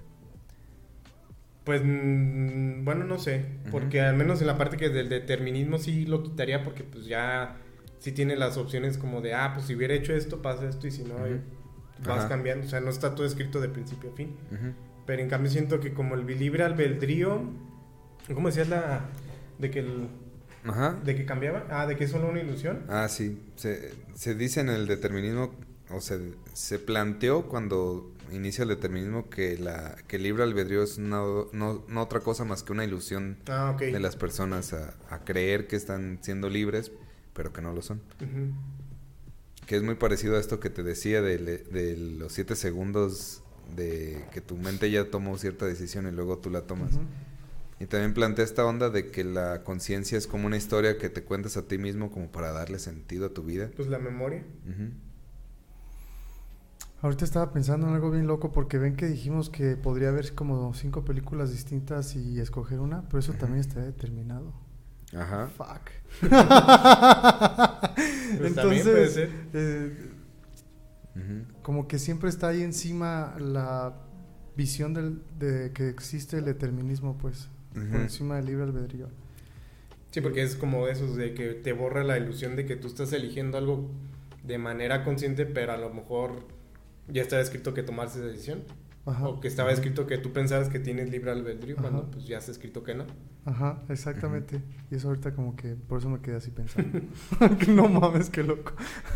Speaker 3: Pues, mmm, bueno, no sé, uh-huh. porque al menos en la parte que del determinismo sí lo quitaría, porque pues ya sí tiene las opciones como de, ah, pues si hubiera hecho esto, pasa esto, y si no, uh-huh. vas Ajá. cambiando, o sea, no está todo escrito de principio a fin. Uh-huh. Pero en cambio siento que como el libre albedrío, ¿cómo decías la...? De que el...
Speaker 2: Ajá.
Speaker 3: ¿De que cambiaba? Ah, ¿de que es solo una ilusión?
Speaker 2: Ah, sí, se, se dice en el determinismo, o sea, se planteó cuando... inicia el determinismo que la que el libre albedrío es una, no, no otra cosa más que una ilusión
Speaker 3: ah, okay.
Speaker 2: de las personas a, a creer que están siendo libres, pero que no lo son. Uh-huh. Que es muy parecido a esto que te decía de, de los siete segundos de que tu mente ya tomó cierta decisión y luego tú la tomas. Uh-huh. Y también plantea esta onda de que la conciencia es como una historia que te cuentas a ti mismo como para darle sentido a tu vida.
Speaker 3: Pues la memoria.
Speaker 2: Uh-huh.
Speaker 4: Ahorita estaba pensando en algo bien loco, porque ven que dijimos que podría haber como cinco películas distintas y escoger una, pero eso uh-huh. también está determinado.
Speaker 2: Ajá.
Speaker 4: Fuck.
Speaker 3: Pues entonces, puede ser.
Speaker 4: Eh,
Speaker 2: uh-huh.
Speaker 4: como que siempre está ahí encima la visión del, de que existe el determinismo, pues, uh-huh. por encima del libre albedrío.
Speaker 3: Sí, porque es como eso, de que te borra la ilusión de que tú estás eligiendo algo de manera consciente, pero a lo mejor... ya estaba escrito que tomarse esa decisión. Ajá. O que estaba Ajá. escrito que tú pensabas que tienes libre albedrío, Ajá. cuando pues ya está escrito que no.
Speaker 4: Ajá, exactamente. Ajá. Y eso ahorita como que por eso me quedé así pensando. No mames, qué loco.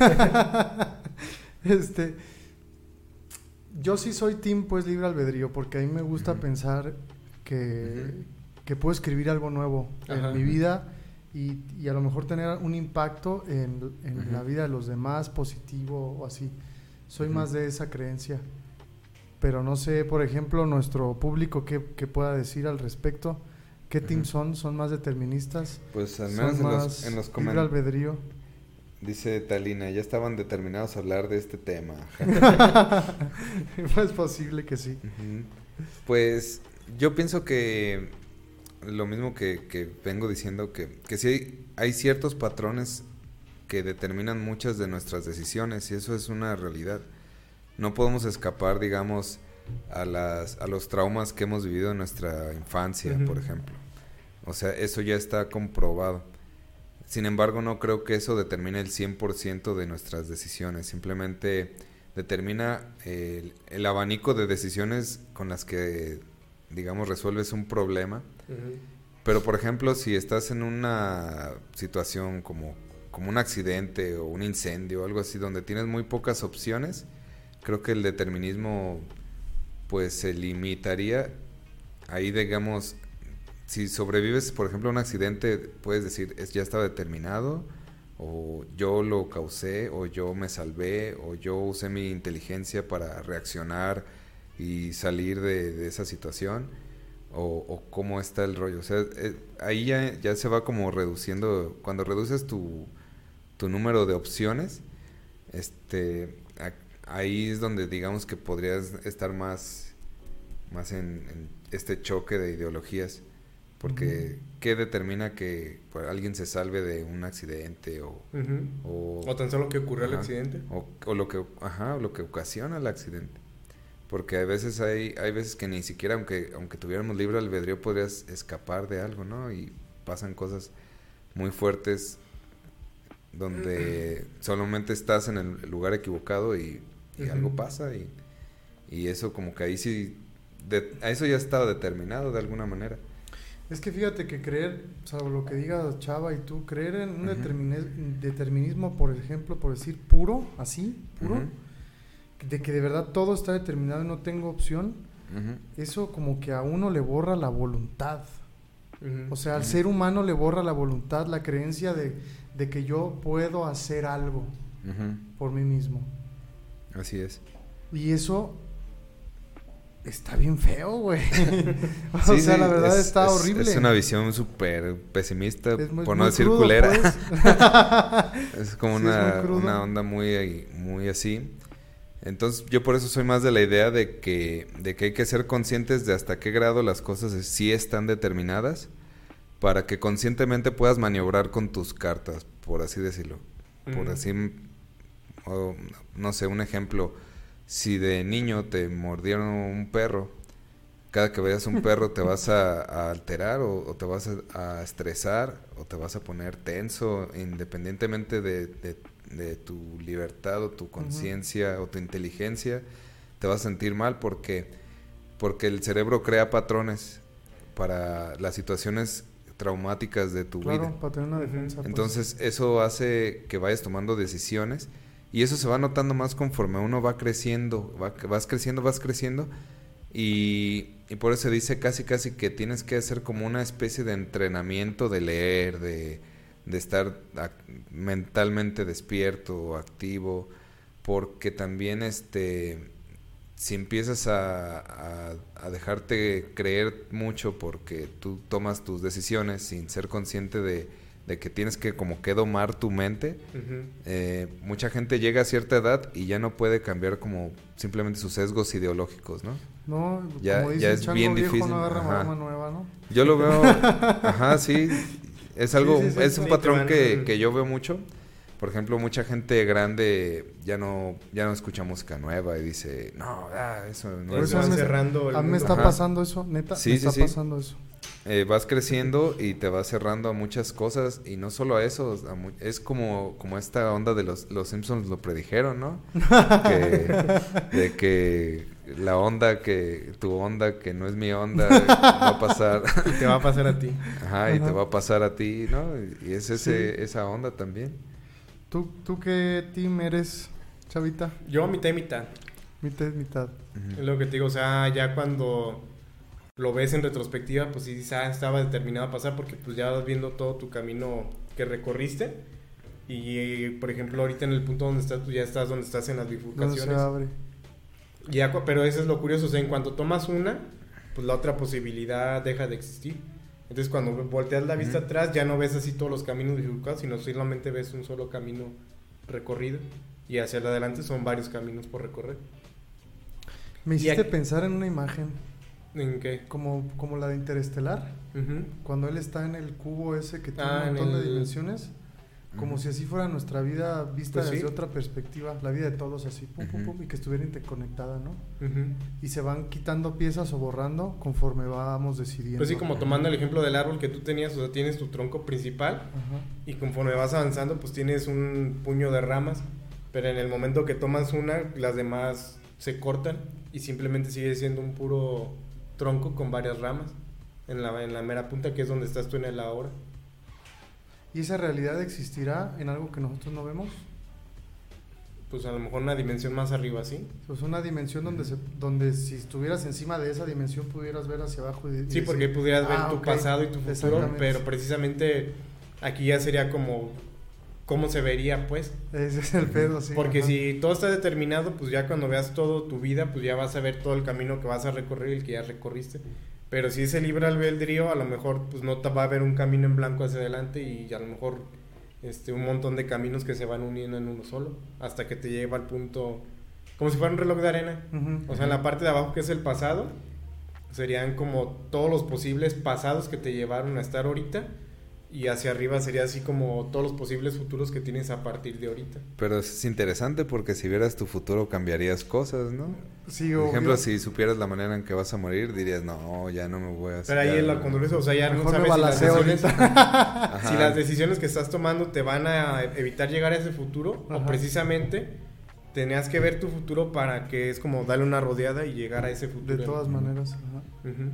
Speaker 4: este yo sí soy team pues libre albedrío, porque a mí me gusta Ajá. pensar que, Ajá. que puedo escribir algo nuevo Ajá. en mi vida y, y a lo mejor tener un impacto en, en la vida de los demás, positivo o así. Soy uh-huh. más de esa creencia, pero no sé, por ejemplo, nuestro público qué, qué pueda decir al respecto. ¿Qué uh-huh. team son? ¿Son más deterministas?
Speaker 2: Pues al menos en los, en los
Speaker 4: comentarios. Libre albedrío.
Speaker 2: Dice Talina, ya estaban determinados a hablar de este tema.
Speaker 4: Es posible que sí.
Speaker 2: Uh-huh. Pues yo pienso que lo mismo que, que vengo diciendo, que, que sí hay, hay ciertos patrones que determinan muchas de nuestras decisiones y eso es una realidad. No podemos escapar, digamos, a las a los traumas que hemos vivido en nuestra infancia, uh-huh. por ejemplo. O sea, eso ya está comprobado. Sin embargo, no creo que eso determine el cien por ciento de nuestras decisiones. Simplemente determina el, el abanico de decisiones con las que, digamos, resuelves un problema. Uh-huh. Pero, por ejemplo, si estás en una situación como, como un accidente o un incendio o algo así, donde tienes muy pocas opciones, creo que el determinismo, pues, se limitaría. Ahí, digamos, si sobrevives, por ejemplo, a un accidente, puedes decir, es, ya estaba determinado, o yo lo causé, o yo me salvé, o yo usé mi inteligencia para reaccionar y salir de, de esa situación, o, o cómo está el rollo. O sea, eh, ahí ya, ya se va como reduciendo, cuando reduces tu, tu número de opciones, este, a, ahí es donde digamos que podrías estar más, más en, en este choque de ideologías. Porque, uh-huh. ¿qué determina que pues, alguien se salve de un accidente? O,
Speaker 3: uh-huh.
Speaker 2: o,
Speaker 3: o tan solo que ocurrió
Speaker 2: ajá,
Speaker 3: el accidente.
Speaker 2: O, o lo que ajá, lo que ocasiona el accidente. Porque a veces hay hay veces que ni siquiera, aunque aunque tuviéramos libre albedrío, podrías escapar de algo, ¿no? Y pasan cosas muy fuertes donde uh-huh. solamente estás en el lugar equivocado y, y uh-huh. algo pasa. Y, y eso como que ahí sí, de, a eso ya estaba determinado de alguna manera.
Speaker 4: Es que fíjate que creer, salvo lo que diga Chava y tú, creer en un uh-huh. determin- determinismo, por ejemplo, por decir puro, así, puro, uh-huh. de que de verdad todo está determinado y no tengo opción, uh-huh. eso como que a uno le borra la voluntad. Uh-huh. O sea, al uh-huh. ser humano le borra la voluntad, la creencia de, de que yo puedo hacer algo uh-huh. por mí mismo.
Speaker 2: Así es.
Speaker 4: Y eso... está bien feo, güey. o
Speaker 2: sí,
Speaker 4: sea,
Speaker 2: sí,
Speaker 4: la verdad
Speaker 2: es,
Speaker 4: está
Speaker 2: es,
Speaker 4: horrible.
Speaker 2: Es una visión súper pesimista,
Speaker 4: muy,
Speaker 2: por no
Speaker 4: muy
Speaker 2: decir
Speaker 4: crudo,
Speaker 2: culera.
Speaker 4: Pues.
Speaker 2: Es como
Speaker 4: sí,
Speaker 2: una,
Speaker 4: es
Speaker 2: una onda muy, muy así. Entonces, yo por eso soy más de la idea de que, de que hay que ser conscientes de hasta qué grado las cosas sí están determinadas para que conscientemente puedas maniobrar con tus cartas, por así decirlo. Mm. Por así, o, no sé, un ejemplo... Si de niño te mordieron un perro, cada que veas un perro te vas a, a alterar o, o te vas a, a estresar o te vas a poner tenso, independientemente de, de, de tu libertad o tu conciencia uh-huh. o tu inteligencia, te vas a sentir mal porque, porque el cerebro crea patrones para las situaciones traumáticas de tu
Speaker 4: claro,
Speaker 2: vida.
Speaker 4: Para tener una defensa.
Speaker 2: Entonces
Speaker 4: pues.
Speaker 2: eso hace que vayas tomando decisiones. Y eso se va notando más conforme uno va creciendo, va, vas creciendo, vas creciendo, y, y por eso se dice casi casi que tienes que hacer como una especie de entrenamiento de leer, de, de estar a, mentalmente despierto, activo, porque también este si empiezas a, a, a dejarte creer mucho porque tú tomas tus decisiones sin ser consciente de... de que tienes que como que domar tu mente, uh-huh. eh, mucha gente llega a cierta edad y ya no puede cambiar como simplemente sus sesgos ideológicos, ¿no?
Speaker 4: No,
Speaker 2: ya,
Speaker 4: como dice
Speaker 2: ya
Speaker 4: el
Speaker 2: es
Speaker 4: chango
Speaker 2: bien
Speaker 4: viejo,
Speaker 2: difícil.
Speaker 4: No agarra
Speaker 2: Ajá.
Speaker 4: arma nueva, ¿no?
Speaker 2: Yo lo veo, ajá, sí, es algo,
Speaker 4: sí, sí, sí,
Speaker 2: es un
Speaker 4: sí,
Speaker 2: patrón que, que yo veo mucho. Por ejemplo, mucha gente grande ya no ya no escucha música nueva y dice, no, ah, eso no
Speaker 3: pues
Speaker 2: es...
Speaker 3: van cerrando el
Speaker 4: a mí me está
Speaker 2: Ajá.
Speaker 4: pasando eso, neta,
Speaker 2: sí,
Speaker 4: me
Speaker 2: sí,
Speaker 4: está
Speaker 2: sí.
Speaker 4: pasando eso.
Speaker 2: Eh, vas creciendo y te vas cerrando a muchas cosas y no solo a eso, a mu- es como, como esta onda de los, los Simpsons lo predijeron, ¿no? que, de que la onda que, tu onda que no es mi onda va a pasar.
Speaker 3: Y te va a pasar a ti.
Speaker 2: Ajá, y
Speaker 4: Ajá.
Speaker 2: te va a pasar a ti, ¿no? Y es ese,
Speaker 4: Sí.
Speaker 2: esa onda también.
Speaker 4: ¿Tú, ¿Tú qué team eres, Chavita?
Speaker 3: Yo mitad y mitad.
Speaker 4: Mitad, mitad.
Speaker 3: Es lo que te digo, o sea, ya cuando lo ves en retrospectiva, pues sí dices, ah, estaba determinado a pasar porque pues ya vas viendo todo tu camino que recorriste. Y, por ejemplo, ahorita en el punto donde estás, tú ya estás donde estás en las
Speaker 4: ¿Dónde
Speaker 3: bifurcaciones.
Speaker 4: se abre?
Speaker 3: Ya, cu- pero eso es lo curioso, o sea, en cuanto tomas una, pues la otra posibilidad deja de existir. Entonces cuando volteas la vista
Speaker 2: Ujú.
Speaker 3: atrás ya no ves así todos los caminos bifurcados, sino solamente ves un solo camino recorrido y hacia adelante son varios caminos por recorrer.
Speaker 4: Me
Speaker 3: Y
Speaker 4: hiciste
Speaker 3: aquí-
Speaker 4: pensar en una imagen,
Speaker 3: ¿En qué?
Speaker 4: como, como la de Interestelar,
Speaker 3: Ujú.
Speaker 4: cuando él está en el cubo ese que tiene
Speaker 3: Ah,
Speaker 4: un
Speaker 3: en
Speaker 4: montón de
Speaker 3: el-
Speaker 4: dimensiones, como
Speaker 2: Ujú.
Speaker 4: si así fuera nuestra vida vista
Speaker 3: Pues sí.
Speaker 4: desde otra perspectiva, la vida de todos así, pum, pum,
Speaker 2: Ujú.
Speaker 4: pum, y que estuviera interconectada, ¿no?
Speaker 3: Ujú.
Speaker 4: Y se van quitando piezas o borrando conforme vamos decidiendo.
Speaker 3: Pues sí, como tomando el ejemplo del árbol que tú tenías, o sea, tienes tu tronco principal
Speaker 4: Ajá.
Speaker 3: y conforme vas avanzando, pues tienes un puño de ramas, pero en el momento que tomas una, las demás se cortan y simplemente sigue siendo un puro tronco con varias ramas en la, en la mera punta, que es donde estás tú en el ahora.
Speaker 4: ¿Y esa realidad existirá en algo que nosotros no vemos?
Speaker 3: Pues a lo mejor una dimensión más arriba, ¿sí?
Speaker 4: Pues una dimensión donde se, donde si estuvieras encima de esa dimensión pudieras ver hacia abajo y, y
Speaker 3: Sí, porque
Speaker 4: decir,
Speaker 3: pudieras ver
Speaker 4: "Ah,
Speaker 3: tu
Speaker 4: ok,
Speaker 3: pasado y tu futuro,
Speaker 4: exactamente".
Speaker 3: pero precisamente aquí ya sería como cómo se vería, pues.
Speaker 4: Ese es el pedo, sí.
Speaker 3: Porque
Speaker 4: ajá.
Speaker 3: si todo está determinado, pues ya cuando veas todo tu vida, pues ya vas a ver todo el camino que vas a recorrer y el que ya recorriste. Pero si es el libre albedrío, a lo mejor pues no te va a haber un camino en blanco hacia adelante y a lo mejor este un montón de caminos que se van uniendo en uno solo, hasta que te lleva al punto, como si fuera un reloj de arena.
Speaker 4: Ujú.
Speaker 3: O sea, en la parte de abajo que es el pasado, serían como todos los posibles pasados que te llevaron a estar ahorita. Y hacia arriba sería así como todos los posibles futuros que tienes a partir de ahorita.
Speaker 2: Pero es interesante porque si vieras tu futuro cambiarías cosas, ¿no?
Speaker 4: Sí,
Speaker 2: Por
Speaker 4: obvio.
Speaker 2: ejemplo, si supieras la manera en que vas a morir, dirías, no, ya no me voy a hacer.
Speaker 3: Pero ahí
Speaker 2: ya
Speaker 3: es la
Speaker 2: no".
Speaker 3: congruencia, o sea, ya no
Speaker 4: Mejor me
Speaker 3: sabes si las,
Speaker 4: balaceo
Speaker 3: decisiones,
Speaker 2: Ajá.
Speaker 3: si las decisiones que estás tomando te van a evitar llegar a ese futuro
Speaker 4: Ajá.
Speaker 3: o precisamente tenías que ver tu futuro para que es como darle una rodeada y llegar a ese futuro.
Speaker 4: De todas maneras. Ajá.
Speaker 3: Ujú.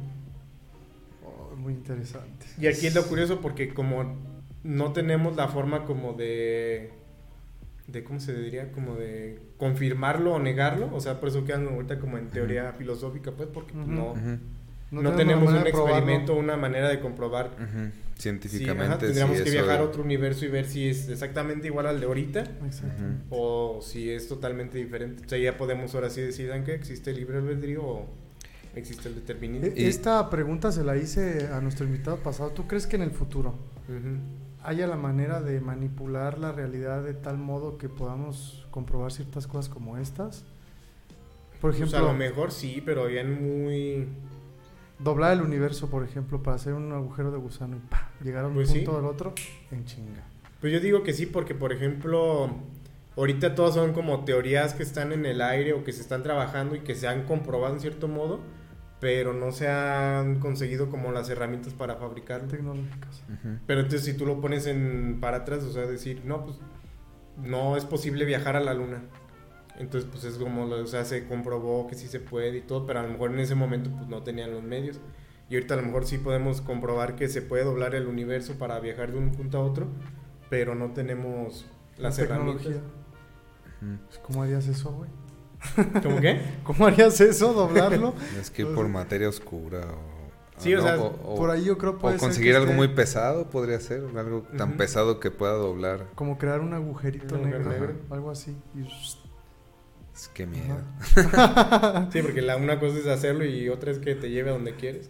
Speaker 4: Oh, muy interesante.
Speaker 3: Y aquí es lo curioso porque como no tenemos la forma como de de cómo se diría, como de confirmarlo o negarlo, o sea, por eso quedan ahorita como en teoría filosófica, pues, porque pues,
Speaker 4: Ujú.
Speaker 3: no,
Speaker 2: Ujú,
Speaker 3: no, tenemos un
Speaker 4: manera de probarlo.
Speaker 3: experimento, una manera de comprobar.
Speaker 2: ujú.
Speaker 3: Sí,
Speaker 2: Científicamente,
Speaker 3: ajá, tendríamos
Speaker 2: sí,
Speaker 3: que
Speaker 2: eso
Speaker 3: viajar a
Speaker 2: de-
Speaker 3: otro universo y ver si es exactamente igual al de ahorita
Speaker 4: Exacto.
Speaker 2: Ujú.
Speaker 3: o si es totalmente diferente. O sea, ya podemos ahora sí decir, ¿saben qué? ¿Existe el libre albedrío o existe el determinismo?
Speaker 4: E- Esta pregunta se la hice a nuestro invitado pasado. ¿Tú crees que en el futuro
Speaker 3: Ujú.
Speaker 4: haya la manera de manipular la realidad de tal modo que podamos comprobar ciertas cosas como estas? Por
Speaker 3: Pues
Speaker 4: ejemplo,
Speaker 3: a lo mejor sí, pero ya en muy...
Speaker 4: doblar el universo, por ejemplo, para hacer un agujero de gusano y ¡pah! Llegar a un
Speaker 3: Pues
Speaker 4: punto
Speaker 3: sí.
Speaker 4: del otro en chinga.
Speaker 3: Pues yo digo que sí, porque por ejemplo, ahorita todas son como teorías que están en el aire o que se están trabajando y que se han comprobado en cierto modo, pero no se han conseguido como las herramientas para fabricarlo.
Speaker 4: Tecnológicas.
Speaker 2: Ujú.
Speaker 3: Pero entonces si tú lo pones en para atrás, o sea, decir, no, pues no es posible viajar a la luna. Entonces, pues es como, o sea, se comprobó que sí se puede y todo, pero a lo mejor en ese momento pues no tenían los medios. Y ahorita a lo mejor sí podemos comprobar que se puede doblar el universo para viajar de un punto a otro, pero no tenemos las
Speaker 4: La
Speaker 3: herramientas.
Speaker 4: tecnología.
Speaker 2: Ujú.
Speaker 4: Pues, ¿cómo harías eso, güey?
Speaker 3: ¿Cómo qué?
Speaker 4: ¿Cómo harías eso, doblarlo?
Speaker 2: Es que ir por materia oscura o...
Speaker 3: Sí, o sea,
Speaker 4: Por ahí yo creo puede
Speaker 2: o
Speaker 4: ser
Speaker 2: conseguir
Speaker 4: que
Speaker 2: algo
Speaker 4: esté
Speaker 2: muy pesado podría ser, algo tan
Speaker 3: Ujú.
Speaker 2: pesado que pueda doblar.
Speaker 4: como crear un agujerito
Speaker 3: Un agujero
Speaker 4: negro,
Speaker 3: negro.
Speaker 4: algo así. Y...
Speaker 2: Es que miedo.
Speaker 3: Sí, porque la una cosa es hacerlo y otra es que te lleve a donde quieres.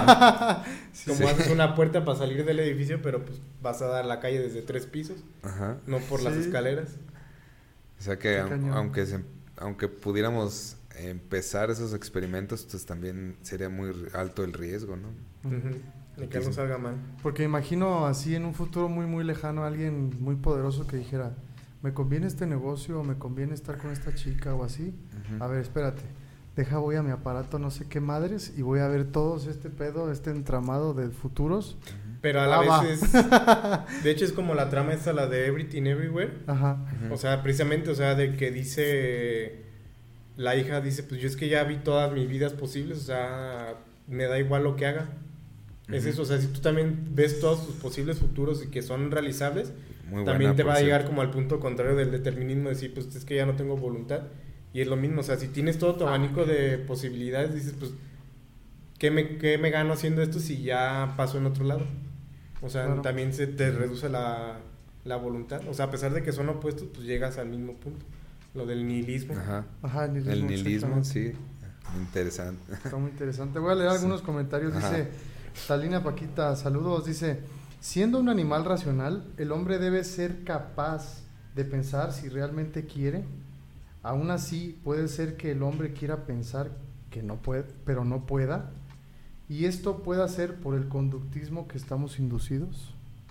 Speaker 4: Sí,
Speaker 3: Como
Speaker 2: Sí.
Speaker 3: haces una puerta para salir del edificio, pero pues vas a dar la calle desde tres pisos,
Speaker 2: Ajá.
Speaker 3: no por las
Speaker 4: Sí.
Speaker 3: escaleras.
Speaker 2: O sea que
Speaker 4: Qué
Speaker 2: aun-
Speaker 4: cañón.
Speaker 2: aunque se- aunque pudiéramos empezar esos experimentos, pues también sería muy r- alto el riesgo, ¿no?
Speaker 3: Ujú. Y que algo salga mal.
Speaker 4: Porque imagino así en un futuro muy muy lejano alguien muy poderoso que dijera, me conviene este negocio o me conviene estar con esta chica o así.
Speaker 2: Ujú.
Speaker 4: A ver, espérate. Deja, voy a mi aparato no sé qué madres y voy a ver todos este pedo, este entramado de futuros.
Speaker 3: Pero a la
Speaker 4: Ah,
Speaker 3: vez
Speaker 4: va.
Speaker 3: es... De hecho es como la trama esta, la de Everything Everywhere.
Speaker 4: Ajá.
Speaker 2: Ujú.
Speaker 3: O sea, precisamente, o sea, de que dice... La hija dice, pues yo es que ya vi todas mis vidas posibles, o sea, me da igual lo que haga. Es
Speaker 2: Ujú.
Speaker 3: eso, o sea, si tú también ves todos tus posibles futuros y que son realizables,
Speaker 2: Muy buena,
Speaker 3: también te
Speaker 2: por
Speaker 3: va a llegar
Speaker 2: cierto.
Speaker 3: como al punto contrario del determinismo, decir, pues es que ya no tengo voluntad. Y es lo mismo, o sea, si tienes todo tu abanico de posibilidades, dices, pues, ¿qué me, qué me gano haciendo esto si ya paso en otro lado? O sea,
Speaker 4: Claro.
Speaker 3: también se te reduce la, la voluntad. O sea, a pesar de que son opuestos, pues llegas al mismo punto. Lo del nihilismo.
Speaker 2: Ajá.
Speaker 4: Ajá, nihilismo,
Speaker 2: El nihilismo,
Speaker 4: exactamente.
Speaker 2: sí. Interesante.
Speaker 4: Está muy interesante. Voy a leer
Speaker 2: Sí.
Speaker 4: algunos comentarios.
Speaker 2: Ajá.
Speaker 4: Dice Talina Paquita, saludos, dice, siendo un animal racional, el hombre debe ser capaz de pensar si realmente quiere. Aún así, puede ser que el hombre quiera pensar que no puede, pero no pueda. Y esto puede ser por el conductismo que estamos inducidos.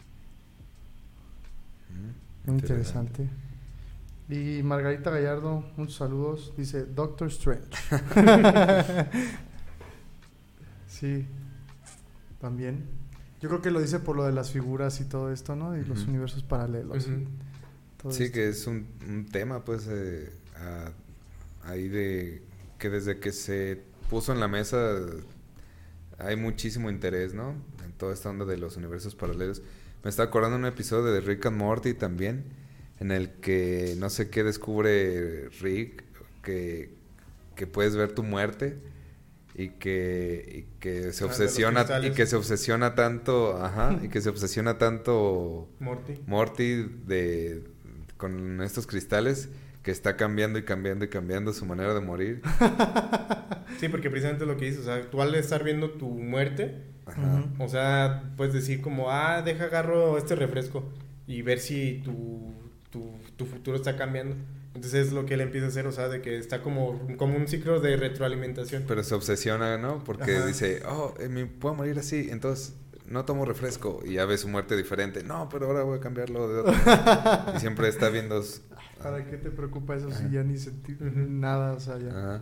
Speaker 2: Mm,
Speaker 4: Muy interesante. Y Margarita Gallardo, muchos saludos, dice Doctor Strange. Sí, también. Yo creo que lo dice por lo de las figuras y todo esto, ¿no? Y uh-huh. los universos paralelos.
Speaker 3: Uh-huh.
Speaker 2: Todo sí, esto. Que es un, un tema, pues, eh, a, ahí de que desde que se puso en la mesa hay muchísimo interés, ¿no? En toda esta onda de los universos paralelos. Me está acordando un episodio de Rick and Morty también, en el que no sé qué descubre Rick, que, que puedes ver tu muerte y que, y que se obsesiona ah, y que se obsesiona tanto, ajá, y que se obsesiona tanto
Speaker 3: Morty,
Speaker 2: Morty de con estos cristales que está cambiando y cambiando y cambiando su manera de morir.
Speaker 3: Sí, porque precisamente lo que dices, o sea, tú al estar viendo tu muerte, ajá. O sea, puedes decir como, ah, deja agarro este refresco y ver si tu, tu, tu futuro está cambiando. Entonces es lo que él empieza a hacer, o sea, de que está como, como un ciclo de retroalimentación.
Speaker 2: Pero se obsesiona, ¿no? Porque
Speaker 3: ajá.
Speaker 2: dice, oh, eh, me puedo morir así, entonces no tomo refresco. Y ya ve su muerte diferente. No, pero ahora voy a cambiarlo de otro. Y siempre está viendo...
Speaker 4: ¿Para qué te preocupa eso si ya ni sentir uh-huh. nada? O sea, ya...
Speaker 2: Ajá.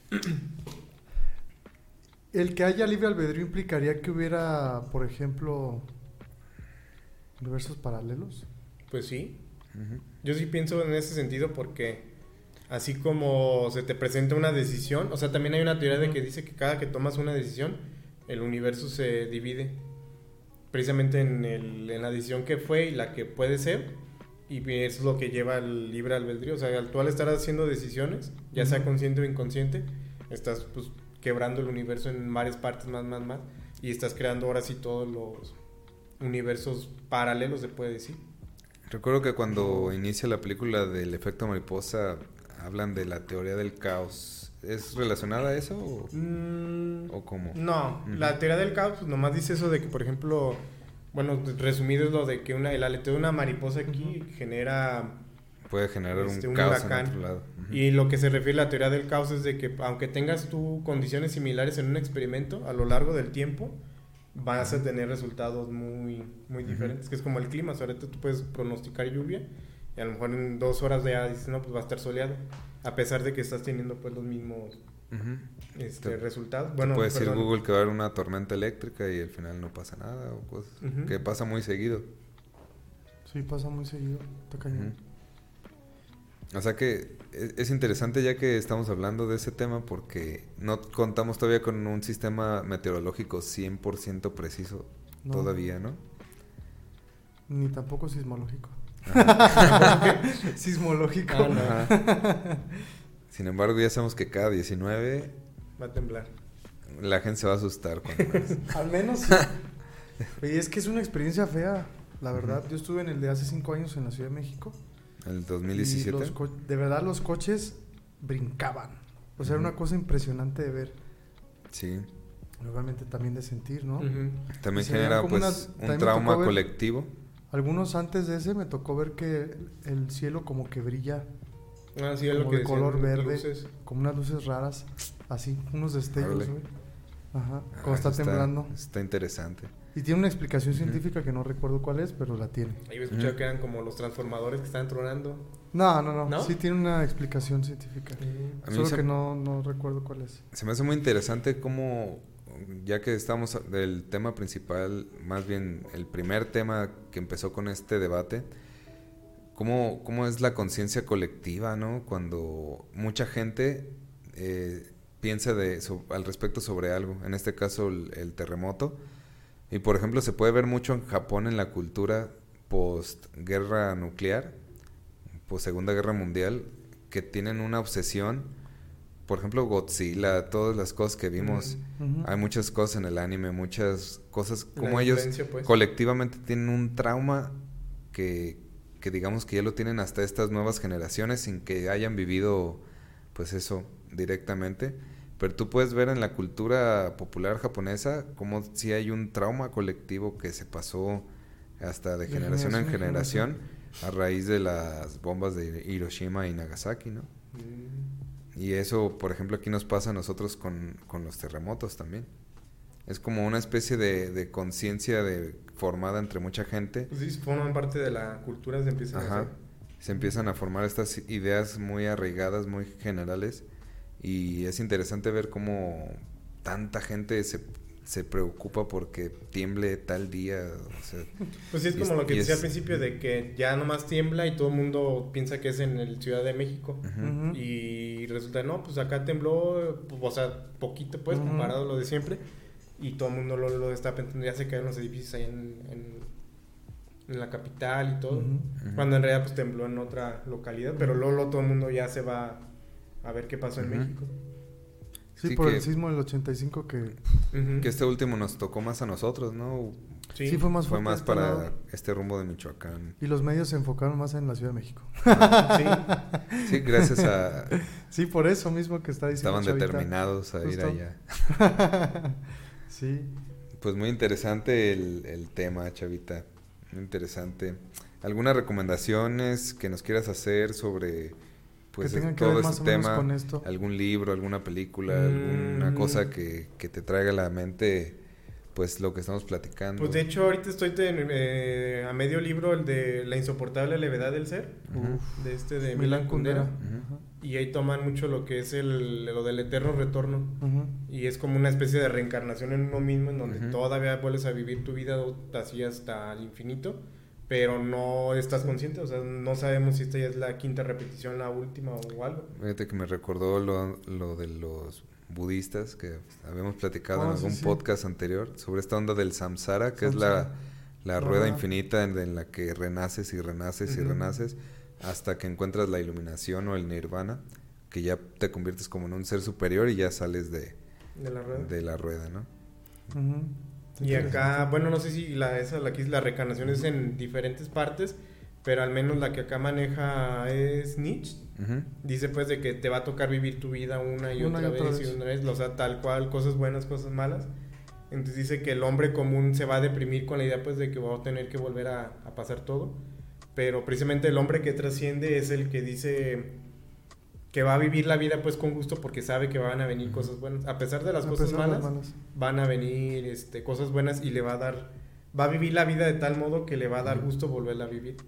Speaker 4: El que haya libre albedrío implicaría que hubiera, por ejemplo, universos paralelos.
Speaker 3: Pues sí. Uh-huh. Yo sí pienso en ese sentido porque así como se te presenta una decisión, o sea, también hay una teoría de que dice que cada que tomas una decisión, el universo se divide precisamente en, el, en la decisión que fue y la que puede ser, y eso es lo que lleva al libre albedrío. O sea, al tú al estar haciendo decisiones, ya sea consciente o inconsciente, estás pues quebrando el universo en varias partes más, más, más, y estás creando ahora sí todos los universos paralelos, se puede decir.
Speaker 2: Recuerdo que cuando inicia la película del efecto mariposa hablan de la teoría del caos. ¿Es relacionada a eso o, mm, ¿o cómo?
Speaker 3: No, uh-huh. La teoría del caos pues, nomás dice eso de que, por ejemplo, bueno, resumido es lo de que una, el aleteo de una mariposa aquí uh-huh. genera...
Speaker 2: Puede generar este, un, un caos huracán. En otro lado. Uh-huh.
Speaker 3: Y lo que se refiere a la teoría del caos es de que aunque tengas tú condiciones similares en un experimento, a lo largo del tiempo vas a tener resultados muy, muy diferentes, uh-huh. que es como el clima. O sea, ahorita tú puedes pronosticar lluvia y a lo mejor en dos horas ya dices, no, pues va a estar soleado, a pesar de que estás teniendo pues los mismos uh-huh. este, te, resultados. Bueno,
Speaker 2: puede decir Google que va a haber una tormenta eléctrica y al final no pasa nada o cosas uh-huh. que pasa muy seguido.
Speaker 4: Sí, pasa muy seguido, está cañón.
Speaker 2: Uh-huh. O sea que es, es interesante ya que estamos hablando de ese tema porque no contamos todavía con un sistema meteorológico cien por ciento preciso no. todavía, ¿no?
Speaker 4: Ni tampoco sismológico. Sismológico.
Speaker 2: Ah, no. Sin embargo, ya sabemos que cada diecinueve
Speaker 3: va a temblar.
Speaker 2: La gente se va a asustar.
Speaker 4: Al menos sí. Oye, es que es una experiencia fea, la verdad. Uh-huh. Yo estuve en el de hace cinco años en la Ciudad de México.
Speaker 2: ¿El dos mil diecisiete?
Speaker 4: Y los co- de verdad los coches brincaban. O sea, uh-huh. era una cosa impresionante de ver.
Speaker 2: Sí.
Speaker 4: Obviamente también de sentir, ¿no?
Speaker 2: Uh-huh. También genera pues unas, un trauma colectivo.
Speaker 4: Algunos antes de ese me tocó ver que el cielo como que brilla.
Speaker 3: Ah, sí, es
Speaker 4: como
Speaker 3: lo que
Speaker 4: de color verde,
Speaker 3: luces.
Speaker 4: Como unas luces raras, así, unos destellos, güey. Ajá,
Speaker 2: ah,
Speaker 4: como está temblando.
Speaker 2: Está, está interesante.
Speaker 4: Y tiene una explicación uh-huh. científica que no recuerdo cuál es, pero la tiene.
Speaker 3: Ahí me escuché uh-huh. que eran como los transformadores que estaban tronando.
Speaker 4: No, no, no,
Speaker 3: ¿No?
Speaker 4: Sí tiene una explicación científica. Uh-huh. Solo que no, no recuerdo cuál es.
Speaker 2: Se me hace muy interesante cómo, ya que estamos del tema principal, más bien el primer tema que empezó con este debate, cómo, cómo es la conciencia colectiva, ¿no? Cuando mucha gente eh, piensa de, so, al respecto sobre algo, en este caso el, el terremoto, y por ejemplo se puede ver mucho en Japón en la cultura post-guerra nuclear, post-segunda guerra mundial, que tienen una obsesión. Por ejemplo, Godzilla, todas las cosas que vimos, uh-huh. hay muchas cosas en el anime, muchas cosas, como ellos pues. colectivamente tienen un trauma que, que digamos que ya lo tienen hasta estas nuevas generaciones sin que hayan vivido pues eso directamente, Pero tú puedes ver en la cultura popular japonesa como si hay un trauma colectivo que se pasó hasta de, de generación, generación en generación, generación a raíz de las bombas de Hiroshima y Nagasaki, ¿no? Mm. Y eso, por ejemplo, aquí nos pasa a nosotros con, con los terremotos también. Es como una especie de, de conciencia de, formada entre mucha gente.
Speaker 3: Pues sí, forman parte de la cultura, se empiezan
Speaker 2: Ajá.
Speaker 3: a hacer.
Speaker 2: Se empiezan a formar estas ideas muy arraigadas, muy generales. Y es interesante ver cómo tanta gente se, se preocupa porque tiemble tal día. O sea,
Speaker 3: pues sí, es como
Speaker 2: es,
Speaker 3: lo que decía
Speaker 2: es...
Speaker 3: al principio, de que ya nomás tiembla y todo el mundo piensa que es en el Ciudad de México. Uh-huh. Y resulta, no, pues acá tembló, o sea, poquito pues, uh-huh. comparado a lo de siempre. Y todo el mundo lo, lo está pensando, ya se cayeron los edificios ahí en, en, en la capital y todo. Uh-huh. Cuando en realidad pues tembló en otra localidad, pero luego, luego todo el mundo ya se va a ver qué pasó uh-huh. en México.
Speaker 4: Sí, sí, por que, el sismo del ochenta y cinco que...
Speaker 2: Uh-huh. Que este último nos tocó más a nosotros, ¿no?
Speaker 4: Sí, sí fue más
Speaker 2: Fue más para lado. Este rumbo de Michoacán.
Speaker 4: Y los medios se enfocaron más en la Ciudad de México.
Speaker 2: sí. sí, gracias a...
Speaker 4: Sí, por eso mismo que está diciendo
Speaker 2: Estaban Chavita. Determinados a Justo. Ir
Speaker 4: allá. Sí.
Speaker 2: Pues muy interesante el, el tema, Chavita. Muy interesante. ¿Algunas recomendaciones que nos quieras hacer sobre... pues
Speaker 4: que
Speaker 2: todo
Speaker 4: que
Speaker 2: este tema,
Speaker 4: con esto.
Speaker 2: Algún libro, alguna película, mm. alguna cosa que, que te traiga a la mente, pues lo que estamos platicando.
Speaker 3: Pues de hecho ahorita estoy de, eh, a medio libro, el de La insoportable levedad del ser, uh-huh. de este de Milan Kundera, uh-huh. y ahí toman mucho lo que es el lo del eterno retorno, uh-huh. y es como una especie de reencarnación en uno mismo, en donde uh-huh. todavía vuelves a vivir tu vida así hasta el infinito, pero no estás consciente, o sea, no sabemos si esta ya es la quinta repetición, la última o algo.
Speaker 2: Fíjate que me recordó lo, lo de los budistas que habíamos platicado oh, en algún
Speaker 4: sí, sí.
Speaker 2: podcast anterior sobre esta onda del samsara, que samsara. es la, la rueda ah. infinita en, en la que renaces y renaces uh-huh. y renaces hasta que encuentras la iluminación o el nirvana, que ya te conviertes como en un ser superior y ya sales de,
Speaker 3: de la rueda,
Speaker 2: de la rueda, ¿no?
Speaker 3: Uh-huh. Y acá, bueno, no sé si la esa la, la reencarnación es en diferentes partes, pero al menos la que acá maneja es Nietzsche. Uh-huh. Dice pues de que te va a tocar vivir tu vida una y una otra, y otra vez, vez y una vez, o sea, tal cual, cosas buenas, cosas malas. Entonces dice que el hombre común se va a deprimir con la idea pues de que va a tener que volver a, a pasar todo, pero precisamente el hombre que trasciende es el que dice que va a vivir la vida pues con gusto porque sabe que van a venir uh-huh. cosas buenas, a pesar de las a cosas malas, malas, van a venir este, cosas buenas y le va a dar, va a vivir la vida de tal modo que le va a dar uh-huh. gusto volverla a vivir.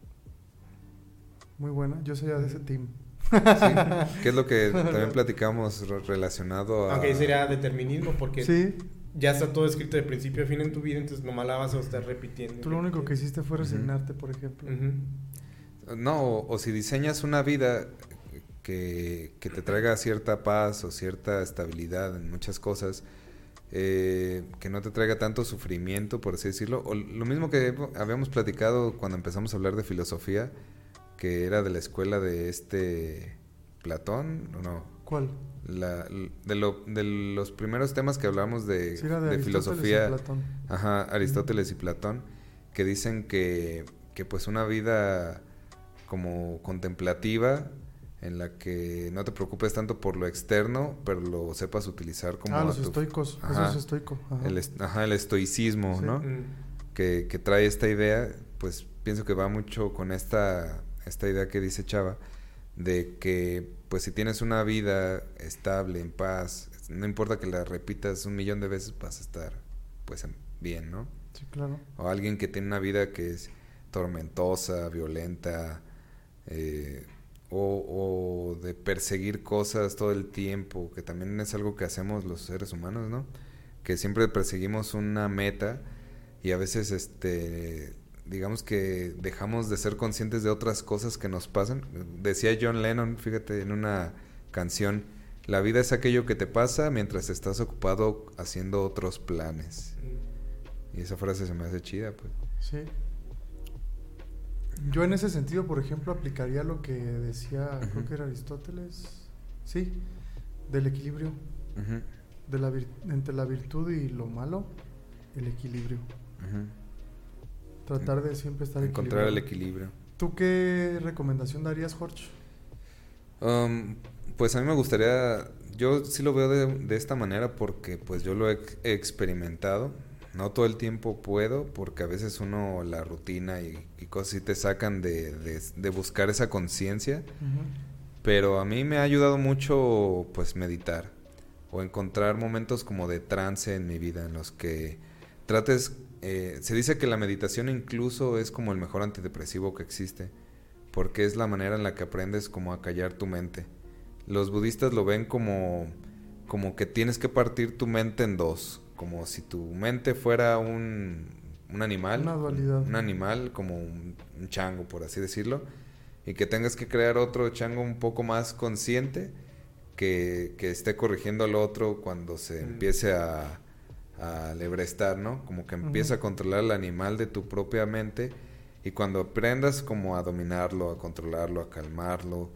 Speaker 4: Muy buena, yo sería de ese team.
Speaker 2: Sí, que es lo que también platicamos relacionado a...
Speaker 3: Aunque ahí sería determinismo porque
Speaker 4: sí.
Speaker 3: ya está todo escrito de principio a fin en tu vida, entonces nomás la vas a estar repitiendo.
Speaker 4: Tú lo único que hiciste fue resignarte, uh-huh. por ejemplo.
Speaker 2: Uh-huh. No, o, o si diseñas una vida que, que te traiga cierta paz o cierta estabilidad en muchas cosas, eh, que no te traiga tanto sufrimiento, por así decirlo, o lo mismo que habíamos platicado cuando empezamos a hablar de filosofía, que era de la escuela de este Platón, ¿o no?
Speaker 4: ¿Cuál?
Speaker 2: La, de, lo, de los primeros temas que hablamos de,
Speaker 4: sí, era de,
Speaker 2: de filosofía,
Speaker 4: y Platón.
Speaker 2: Ajá, Aristóteles uh-huh. y Platón, que dicen que, que pues una vida como contemplativa, en la que no te preocupes tanto por lo externo, pero lo sepas utilizar como...
Speaker 4: Ah, los
Speaker 2: tu,
Speaker 4: estoicos,
Speaker 2: ajá,
Speaker 4: eso es estoico. Ajá.
Speaker 2: El, ajá, el estoicismo, sí. ¿no? Mm. Que, que trae esta idea, pues pienso que va mucho con esta, esta idea que dice Chava, de que pues si tienes una vida estable, en paz, no importa que la repitas un millón de veces, vas a estar pues bien, ¿no?
Speaker 4: Sí, claro.
Speaker 2: O alguien que tiene una vida que es tormentosa, violenta, eh, o, o de perseguir cosas todo el tiempo, que también es algo que hacemos los seres humanos, ¿no? Que siempre perseguimos una meta y a veces este digamos que dejamos de ser conscientes de otras cosas que nos pasan. Decía John Lennon, fíjate, en una canción, la vida es aquello que te pasa mientras estás ocupado haciendo otros planes. Y esa frase se me hace chida, pues.
Speaker 4: Sí. Yo en ese sentido, por ejemplo, aplicaría lo que decía, uh-huh. creo que era Aristóteles, sí, del equilibrio, uh-huh. de la vir- entre la virtud y lo malo, el equilibrio. Uh-huh. Tratar de siempre estar
Speaker 2: encontrar el equilibrio.
Speaker 4: ¿Tú qué recomendación darías, Jorge?
Speaker 2: Um, pues a mí me gustaría, yo sí lo veo de, de esta manera porque pues yo lo he ex- experimentado. No todo el tiempo puedo porque a veces uno, la rutina y, y cosas así te sacan de, de, de buscar esa conciencia.
Speaker 4: Ujú.
Speaker 2: Pero a mí me ha ayudado mucho pues meditar o encontrar momentos como de trance en mi vida en los que trates, eh, se dice que la meditación incluso es como el mejor antidepresivo que existe, porque es la manera en la que aprendes como a callar tu mente. Los budistas lo ven como, como que tienes que partir tu mente en dos, como si tu mente fuera un, un animal,
Speaker 4: Una dualidad.
Speaker 2: un animal como un, un chango, por así decirlo, y que tengas que crear otro chango un poco más consciente que, que esté corrigiendo al otro cuando se
Speaker 3: Mm.
Speaker 2: empiece a, a lebrestar, ¿no? Como que empieza
Speaker 4: Ujú.
Speaker 2: a controlar al animal de tu propia mente y cuando aprendas como a dominarlo, a controlarlo, a calmarlo,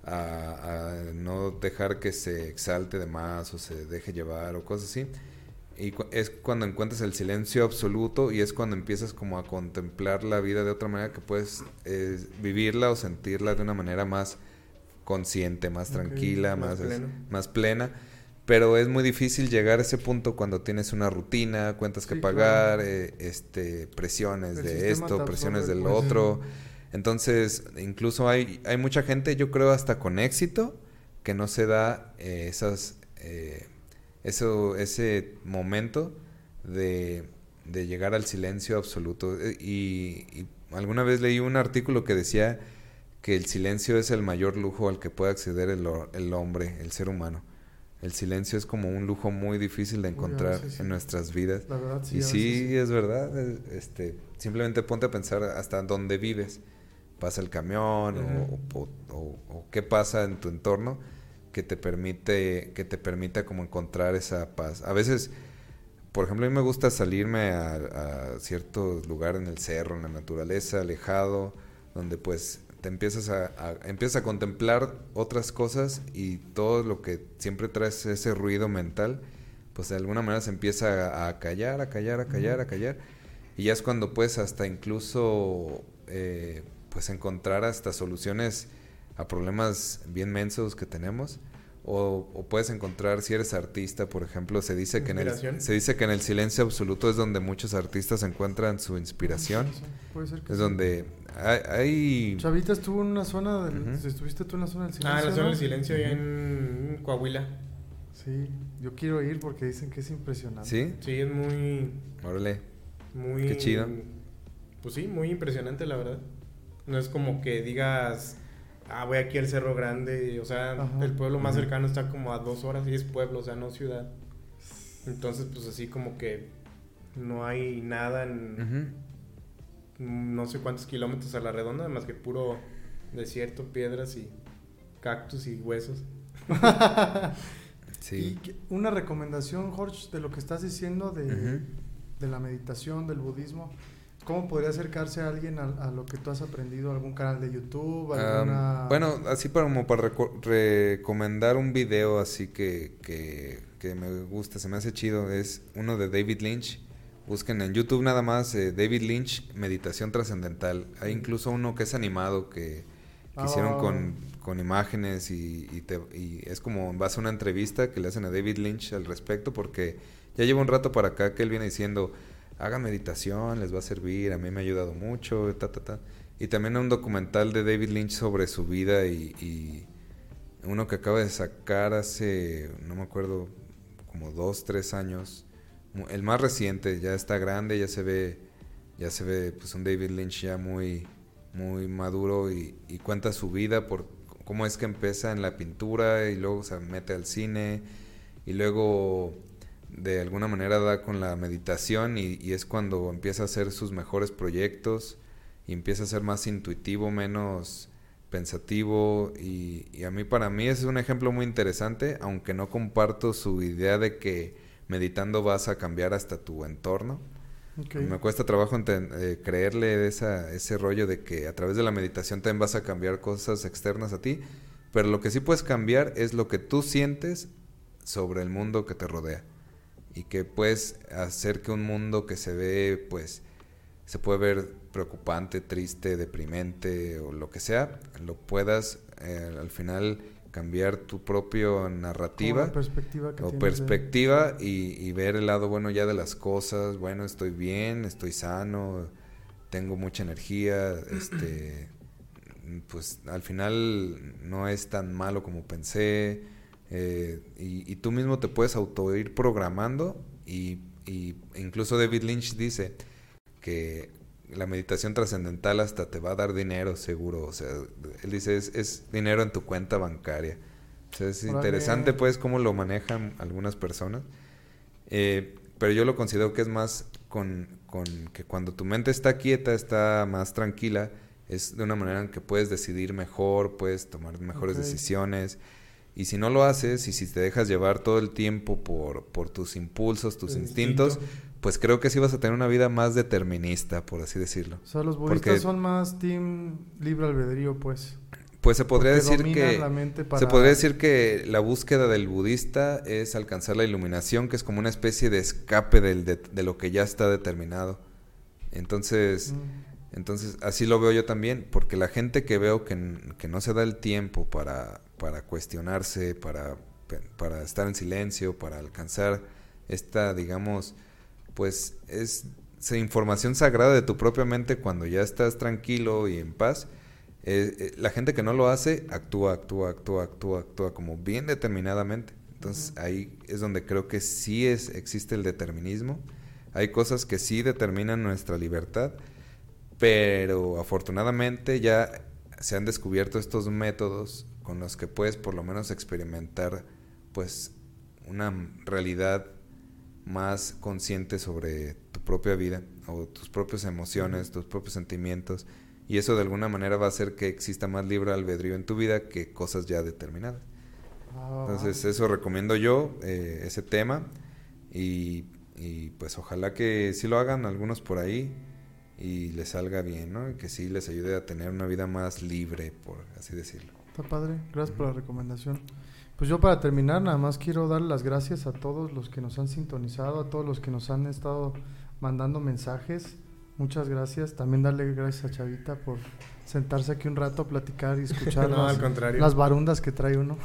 Speaker 2: a, a no dejar que se exalte de más o se deje llevar o cosas así, y cu- es cuando encuentras el silencio absoluto y es cuando empiezas como a contemplar la vida de otra manera que puedes eh, vivirla o sentirla de una manera más consciente, más
Speaker 4: Ok,
Speaker 2: tranquila,
Speaker 3: más
Speaker 2: más, es-
Speaker 3: plena.
Speaker 2: más plena. Pero es muy difícil llegar a ese punto cuando tienes una rutina, cuentas que
Speaker 4: Sí,
Speaker 2: pagar,
Speaker 4: claro.
Speaker 2: eh, este, presiones
Speaker 4: El
Speaker 2: de
Speaker 4: sistema
Speaker 2: esto,
Speaker 4: te
Speaker 2: presiones
Speaker 4: absorbe,
Speaker 2: del
Speaker 4: pues.
Speaker 2: otro. Entonces, incluso hay, hay mucha gente, yo creo hasta con éxito, que no se da eh, esas, eh, eso, ese momento de, de llegar al silencio absoluto. Eh, Y, y alguna vez leí un artículo que decía que el silencio es el mayor lujo al que puede acceder el, ho- el hombre, el ser humano. El silencio es como un lujo muy difícil de
Speaker 4: Uy, a
Speaker 2: encontrar
Speaker 4: veces sí.
Speaker 2: en nuestras vidas.
Speaker 4: La verdad, sí.
Speaker 2: Y
Speaker 4: a veces
Speaker 2: sí, es verdad. es- Este, simplemente ponte a pensar hasta dónde vives. Pasa el camión o- o, o- o qué pasa en tu entorno que te permite, que te permita como encontrar esa paz. A veces, por ejemplo, a mí me gusta salirme a, a ciertos lugares en el cerro, en la naturaleza, alejado, donde pues te empiezas a, a- empiezas a contemplar otras cosas y todo lo que siempre traes ese ruido mental, pues de alguna manera se empieza a, a callar, a callar, a callar, a callar. Y ya es cuando puedes hasta incluso eh, pues encontrar hasta soluciones a problemas bien mensos que tenemos. O, o puedes encontrar, si eres artista, por ejemplo, se dice que en el,
Speaker 3: Inspiración.
Speaker 2: se dice que en el silencio absoluto es donde muchos artistas encuentran su inspiración.
Speaker 4: Puede ser que
Speaker 2: Es
Speaker 4: sí.
Speaker 2: donde hay, hay-
Speaker 4: Chavita estuvo en una zona del...
Speaker 2: Ujú.
Speaker 4: ¿Estuviste tú en la zona del silencio?
Speaker 3: Ah, la zona
Speaker 4: ¿no?
Speaker 3: del silencio allá en Coahuila.
Speaker 4: Sí, yo quiero ir porque dicen que es impresionante.
Speaker 2: ¿Sí?
Speaker 3: Sí, es muy,
Speaker 2: Órale.
Speaker 3: muy...
Speaker 2: Qué chido.
Speaker 3: Pues sí, muy impresionante, la verdad. No es como que digas, ah, voy aquí al Cerro Grande. O sea,
Speaker 4: Ajá.
Speaker 3: el pueblo más
Speaker 2: Ujú.
Speaker 3: cercano está como a dos horas y es pueblo, o sea, no ciudad. Entonces, pues así como que no hay nada en
Speaker 2: Ujú.
Speaker 3: no sé cuántos kilómetros a la redonda, más que puro desierto, piedras y cactus y huesos.
Speaker 2: Sí.
Speaker 4: Y que- una recomendación, Jorge, de lo que estás diciendo de,
Speaker 2: Ujú.
Speaker 4: de la meditación, del budismo. ¿Cómo podría acercarse a alguien a, a lo que tú has aprendido? ¿Algún canal de YouTube? Alguna...
Speaker 2: Am, bueno, así para, como para reco- recomendar un video así que, que, que me gusta, se me hace chido, es uno de David Lynch. Busquen en YouTube nada más eh, David Lynch, Meditación Trascendental. Hay incluso uno que es animado que, que
Speaker 4: Ah.
Speaker 2: hicieron con, con imágenes y, y, te- y es como en base a una entrevista que le hacen a David Lynch al respecto porque ya lleva un rato para acá que él viene diciendo, hagan meditación, les va a servir, a mí me ha ayudado mucho, ta, ta, ta. Y también un documental de David Lynch sobre su vida y, y uno que acaba de sacar hace, no me acuerdo, como dos, tres años. Mu- El más reciente, ya está grande, ya se ve, ya se ve pues un David Lynch ya muy, muy maduro y, y cuenta su vida por cómo es que empieza en la pintura y luego se mete al cine y luego de alguna manera da con la meditación y, y es cuando empieza a hacer sus mejores proyectos y empieza a ser más intuitivo, menos pensativo y, y a mí para mí es un ejemplo muy interesante, aunque no comparto su idea de que meditando vas a cambiar hasta tu entorno.
Speaker 4: Ok.
Speaker 2: Me cuesta trabajo enten- eh, creerle esa, ese rollo de que a través de la meditación también vas a cambiar cosas externas a ti, pero lo que sí puedes cambiar es lo que tú sientes sobre el mundo que te rodea y que puedes hacer que un mundo que se ve, pues, se puede ver preocupante, triste, deprimente o lo que sea, lo puedas eh, al final cambiar tu propia narrativa
Speaker 4: la perspectiva que
Speaker 2: o
Speaker 4: tienes
Speaker 2: perspectiva de... y, y ver el lado bueno ya de las cosas. Bueno, estoy bien, estoy sano, tengo mucha energía, este, pues al final no es tan malo como pensé, eh, y, y tú mismo te puedes auto ir programando y, y incluso David Lynch dice que la meditación trascendental hasta te va a dar dinero seguro, o sea, él dice es, es dinero en tu cuenta bancaria. O sea, es Órale. Interesante pues cómo lo manejan algunas personas, eh, pero yo lo considero que es más con, con que cuando tu mente está quieta, está más tranquila, es de una manera en que puedes decidir mejor, puedes tomar mejores okay. decisiones, y si no lo haces y si te dejas llevar todo el tiempo por, por tus impulsos, tus el instintos, instinto. Pues creo que sí vas a tener una vida más determinista, por así decirlo.
Speaker 4: O sea, los budistas Porque, son más team libre albedrío, pues.
Speaker 2: Pues se podría
Speaker 4: Porque
Speaker 2: decir que
Speaker 4: la mente para...
Speaker 2: se podría decir que la búsqueda del budista es alcanzar la iluminación, que es como una especie de escape del, de, de lo que ya está determinado. Entonces, mm. entonces así lo veo yo también, porque la gente que veo que, que no se da el tiempo para, para cuestionarse, para, para estar en silencio, para alcanzar esta, digamos, pues es, es información sagrada de tu propia mente cuando ya estás tranquilo y en paz. Eh, eh, la gente que no lo hace actúa, actúa, actúa, actúa, actúa como bien determinadamente. Entonces uh-huh. ahí es donde creo que sí es, existe el determinismo. Hay cosas que sí determinan nuestra libertad, pero afortunadamente ya se han descubierto estos métodos con los que puedes por lo menos experimentar pues una realidad más consciente sobre tu propia vida o tus propias emociones, tus propios sentimientos, y eso de alguna manera va a hacer que exista más libre albedrío en tu vida que cosas ya determinadas. Oh. Entonces eso recomiendo yo, eh, ese tema, y, y pues ojalá que sí lo hagan algunos por ahí y les salga bien, ¿no? Y que sí les ayude a tener una vida más libre, por así decirlo.
Speaker 4: Está padre, gracias uh-huh. por la recomendación. Pues yo para terminar nada más quiero dar las gracias a todos los que nos han sintonizado, a todos los que nos han estado mandando mensajes. Muchas gracias. También darle gracias a Chavita por sentarse aquí un rato a platicar y escuchar
Speaker 3: no,
Speaker 4: las,
Speaker 3: al contrario.
Speaker 4: las barundas que trae uno.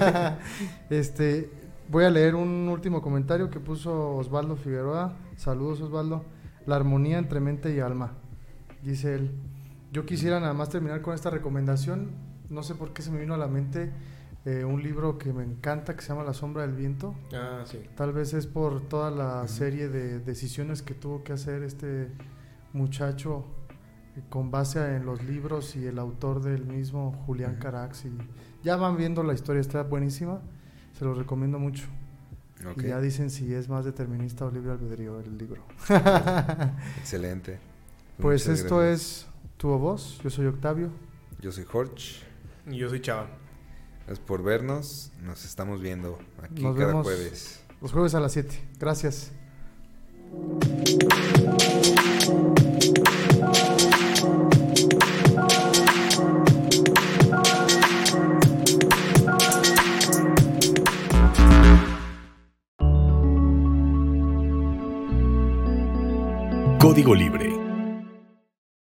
Speaker 4: este, voy a leer un último comentario que puso Osvaldo Figueroa. Saludos, Osvaldo. La armonía entre mente y alma, dice él. Yo quisiera nada más terminar con esta recomendación. No sé por qué se me vino a la mente Eh, un libro que me encanta que se llama La sombra del viento.
Speaker 3: Ah, sí.
Speaker 4: Tal vez es por toda la uh-huh. serie de decisiones que tuvo que hacer este muchacho eh, con base en los libros y el autor del mismo, Julián uh-huh. Carax. Y ya van viendo la historia, está buenísima, se lo recomiendo mucho. Okay. Y ya dicen si es más determinista o libre albedrío el libro.
Speaker 2: Excelente.
Speaker 4: Pues
Speaker 2: Muchas
Speaker 4: esto
Speaker 2: gracias.
Speaker 4: Es Tu Voz. Yo soy Octavio.
Speaker 2: Yo soy Jorge.
Speaker 3: Y yo soy Chava.
Speaker 2: Gracias por vernos. Nos estamos viendo aquí
Speaker 4: Nos
Speaker 2: cada
Speaker 4: vemos
Speaker 2: jueves.
Speaker 4: Los jueves a las siete. Gracias.
Speaker 1: Código Libre.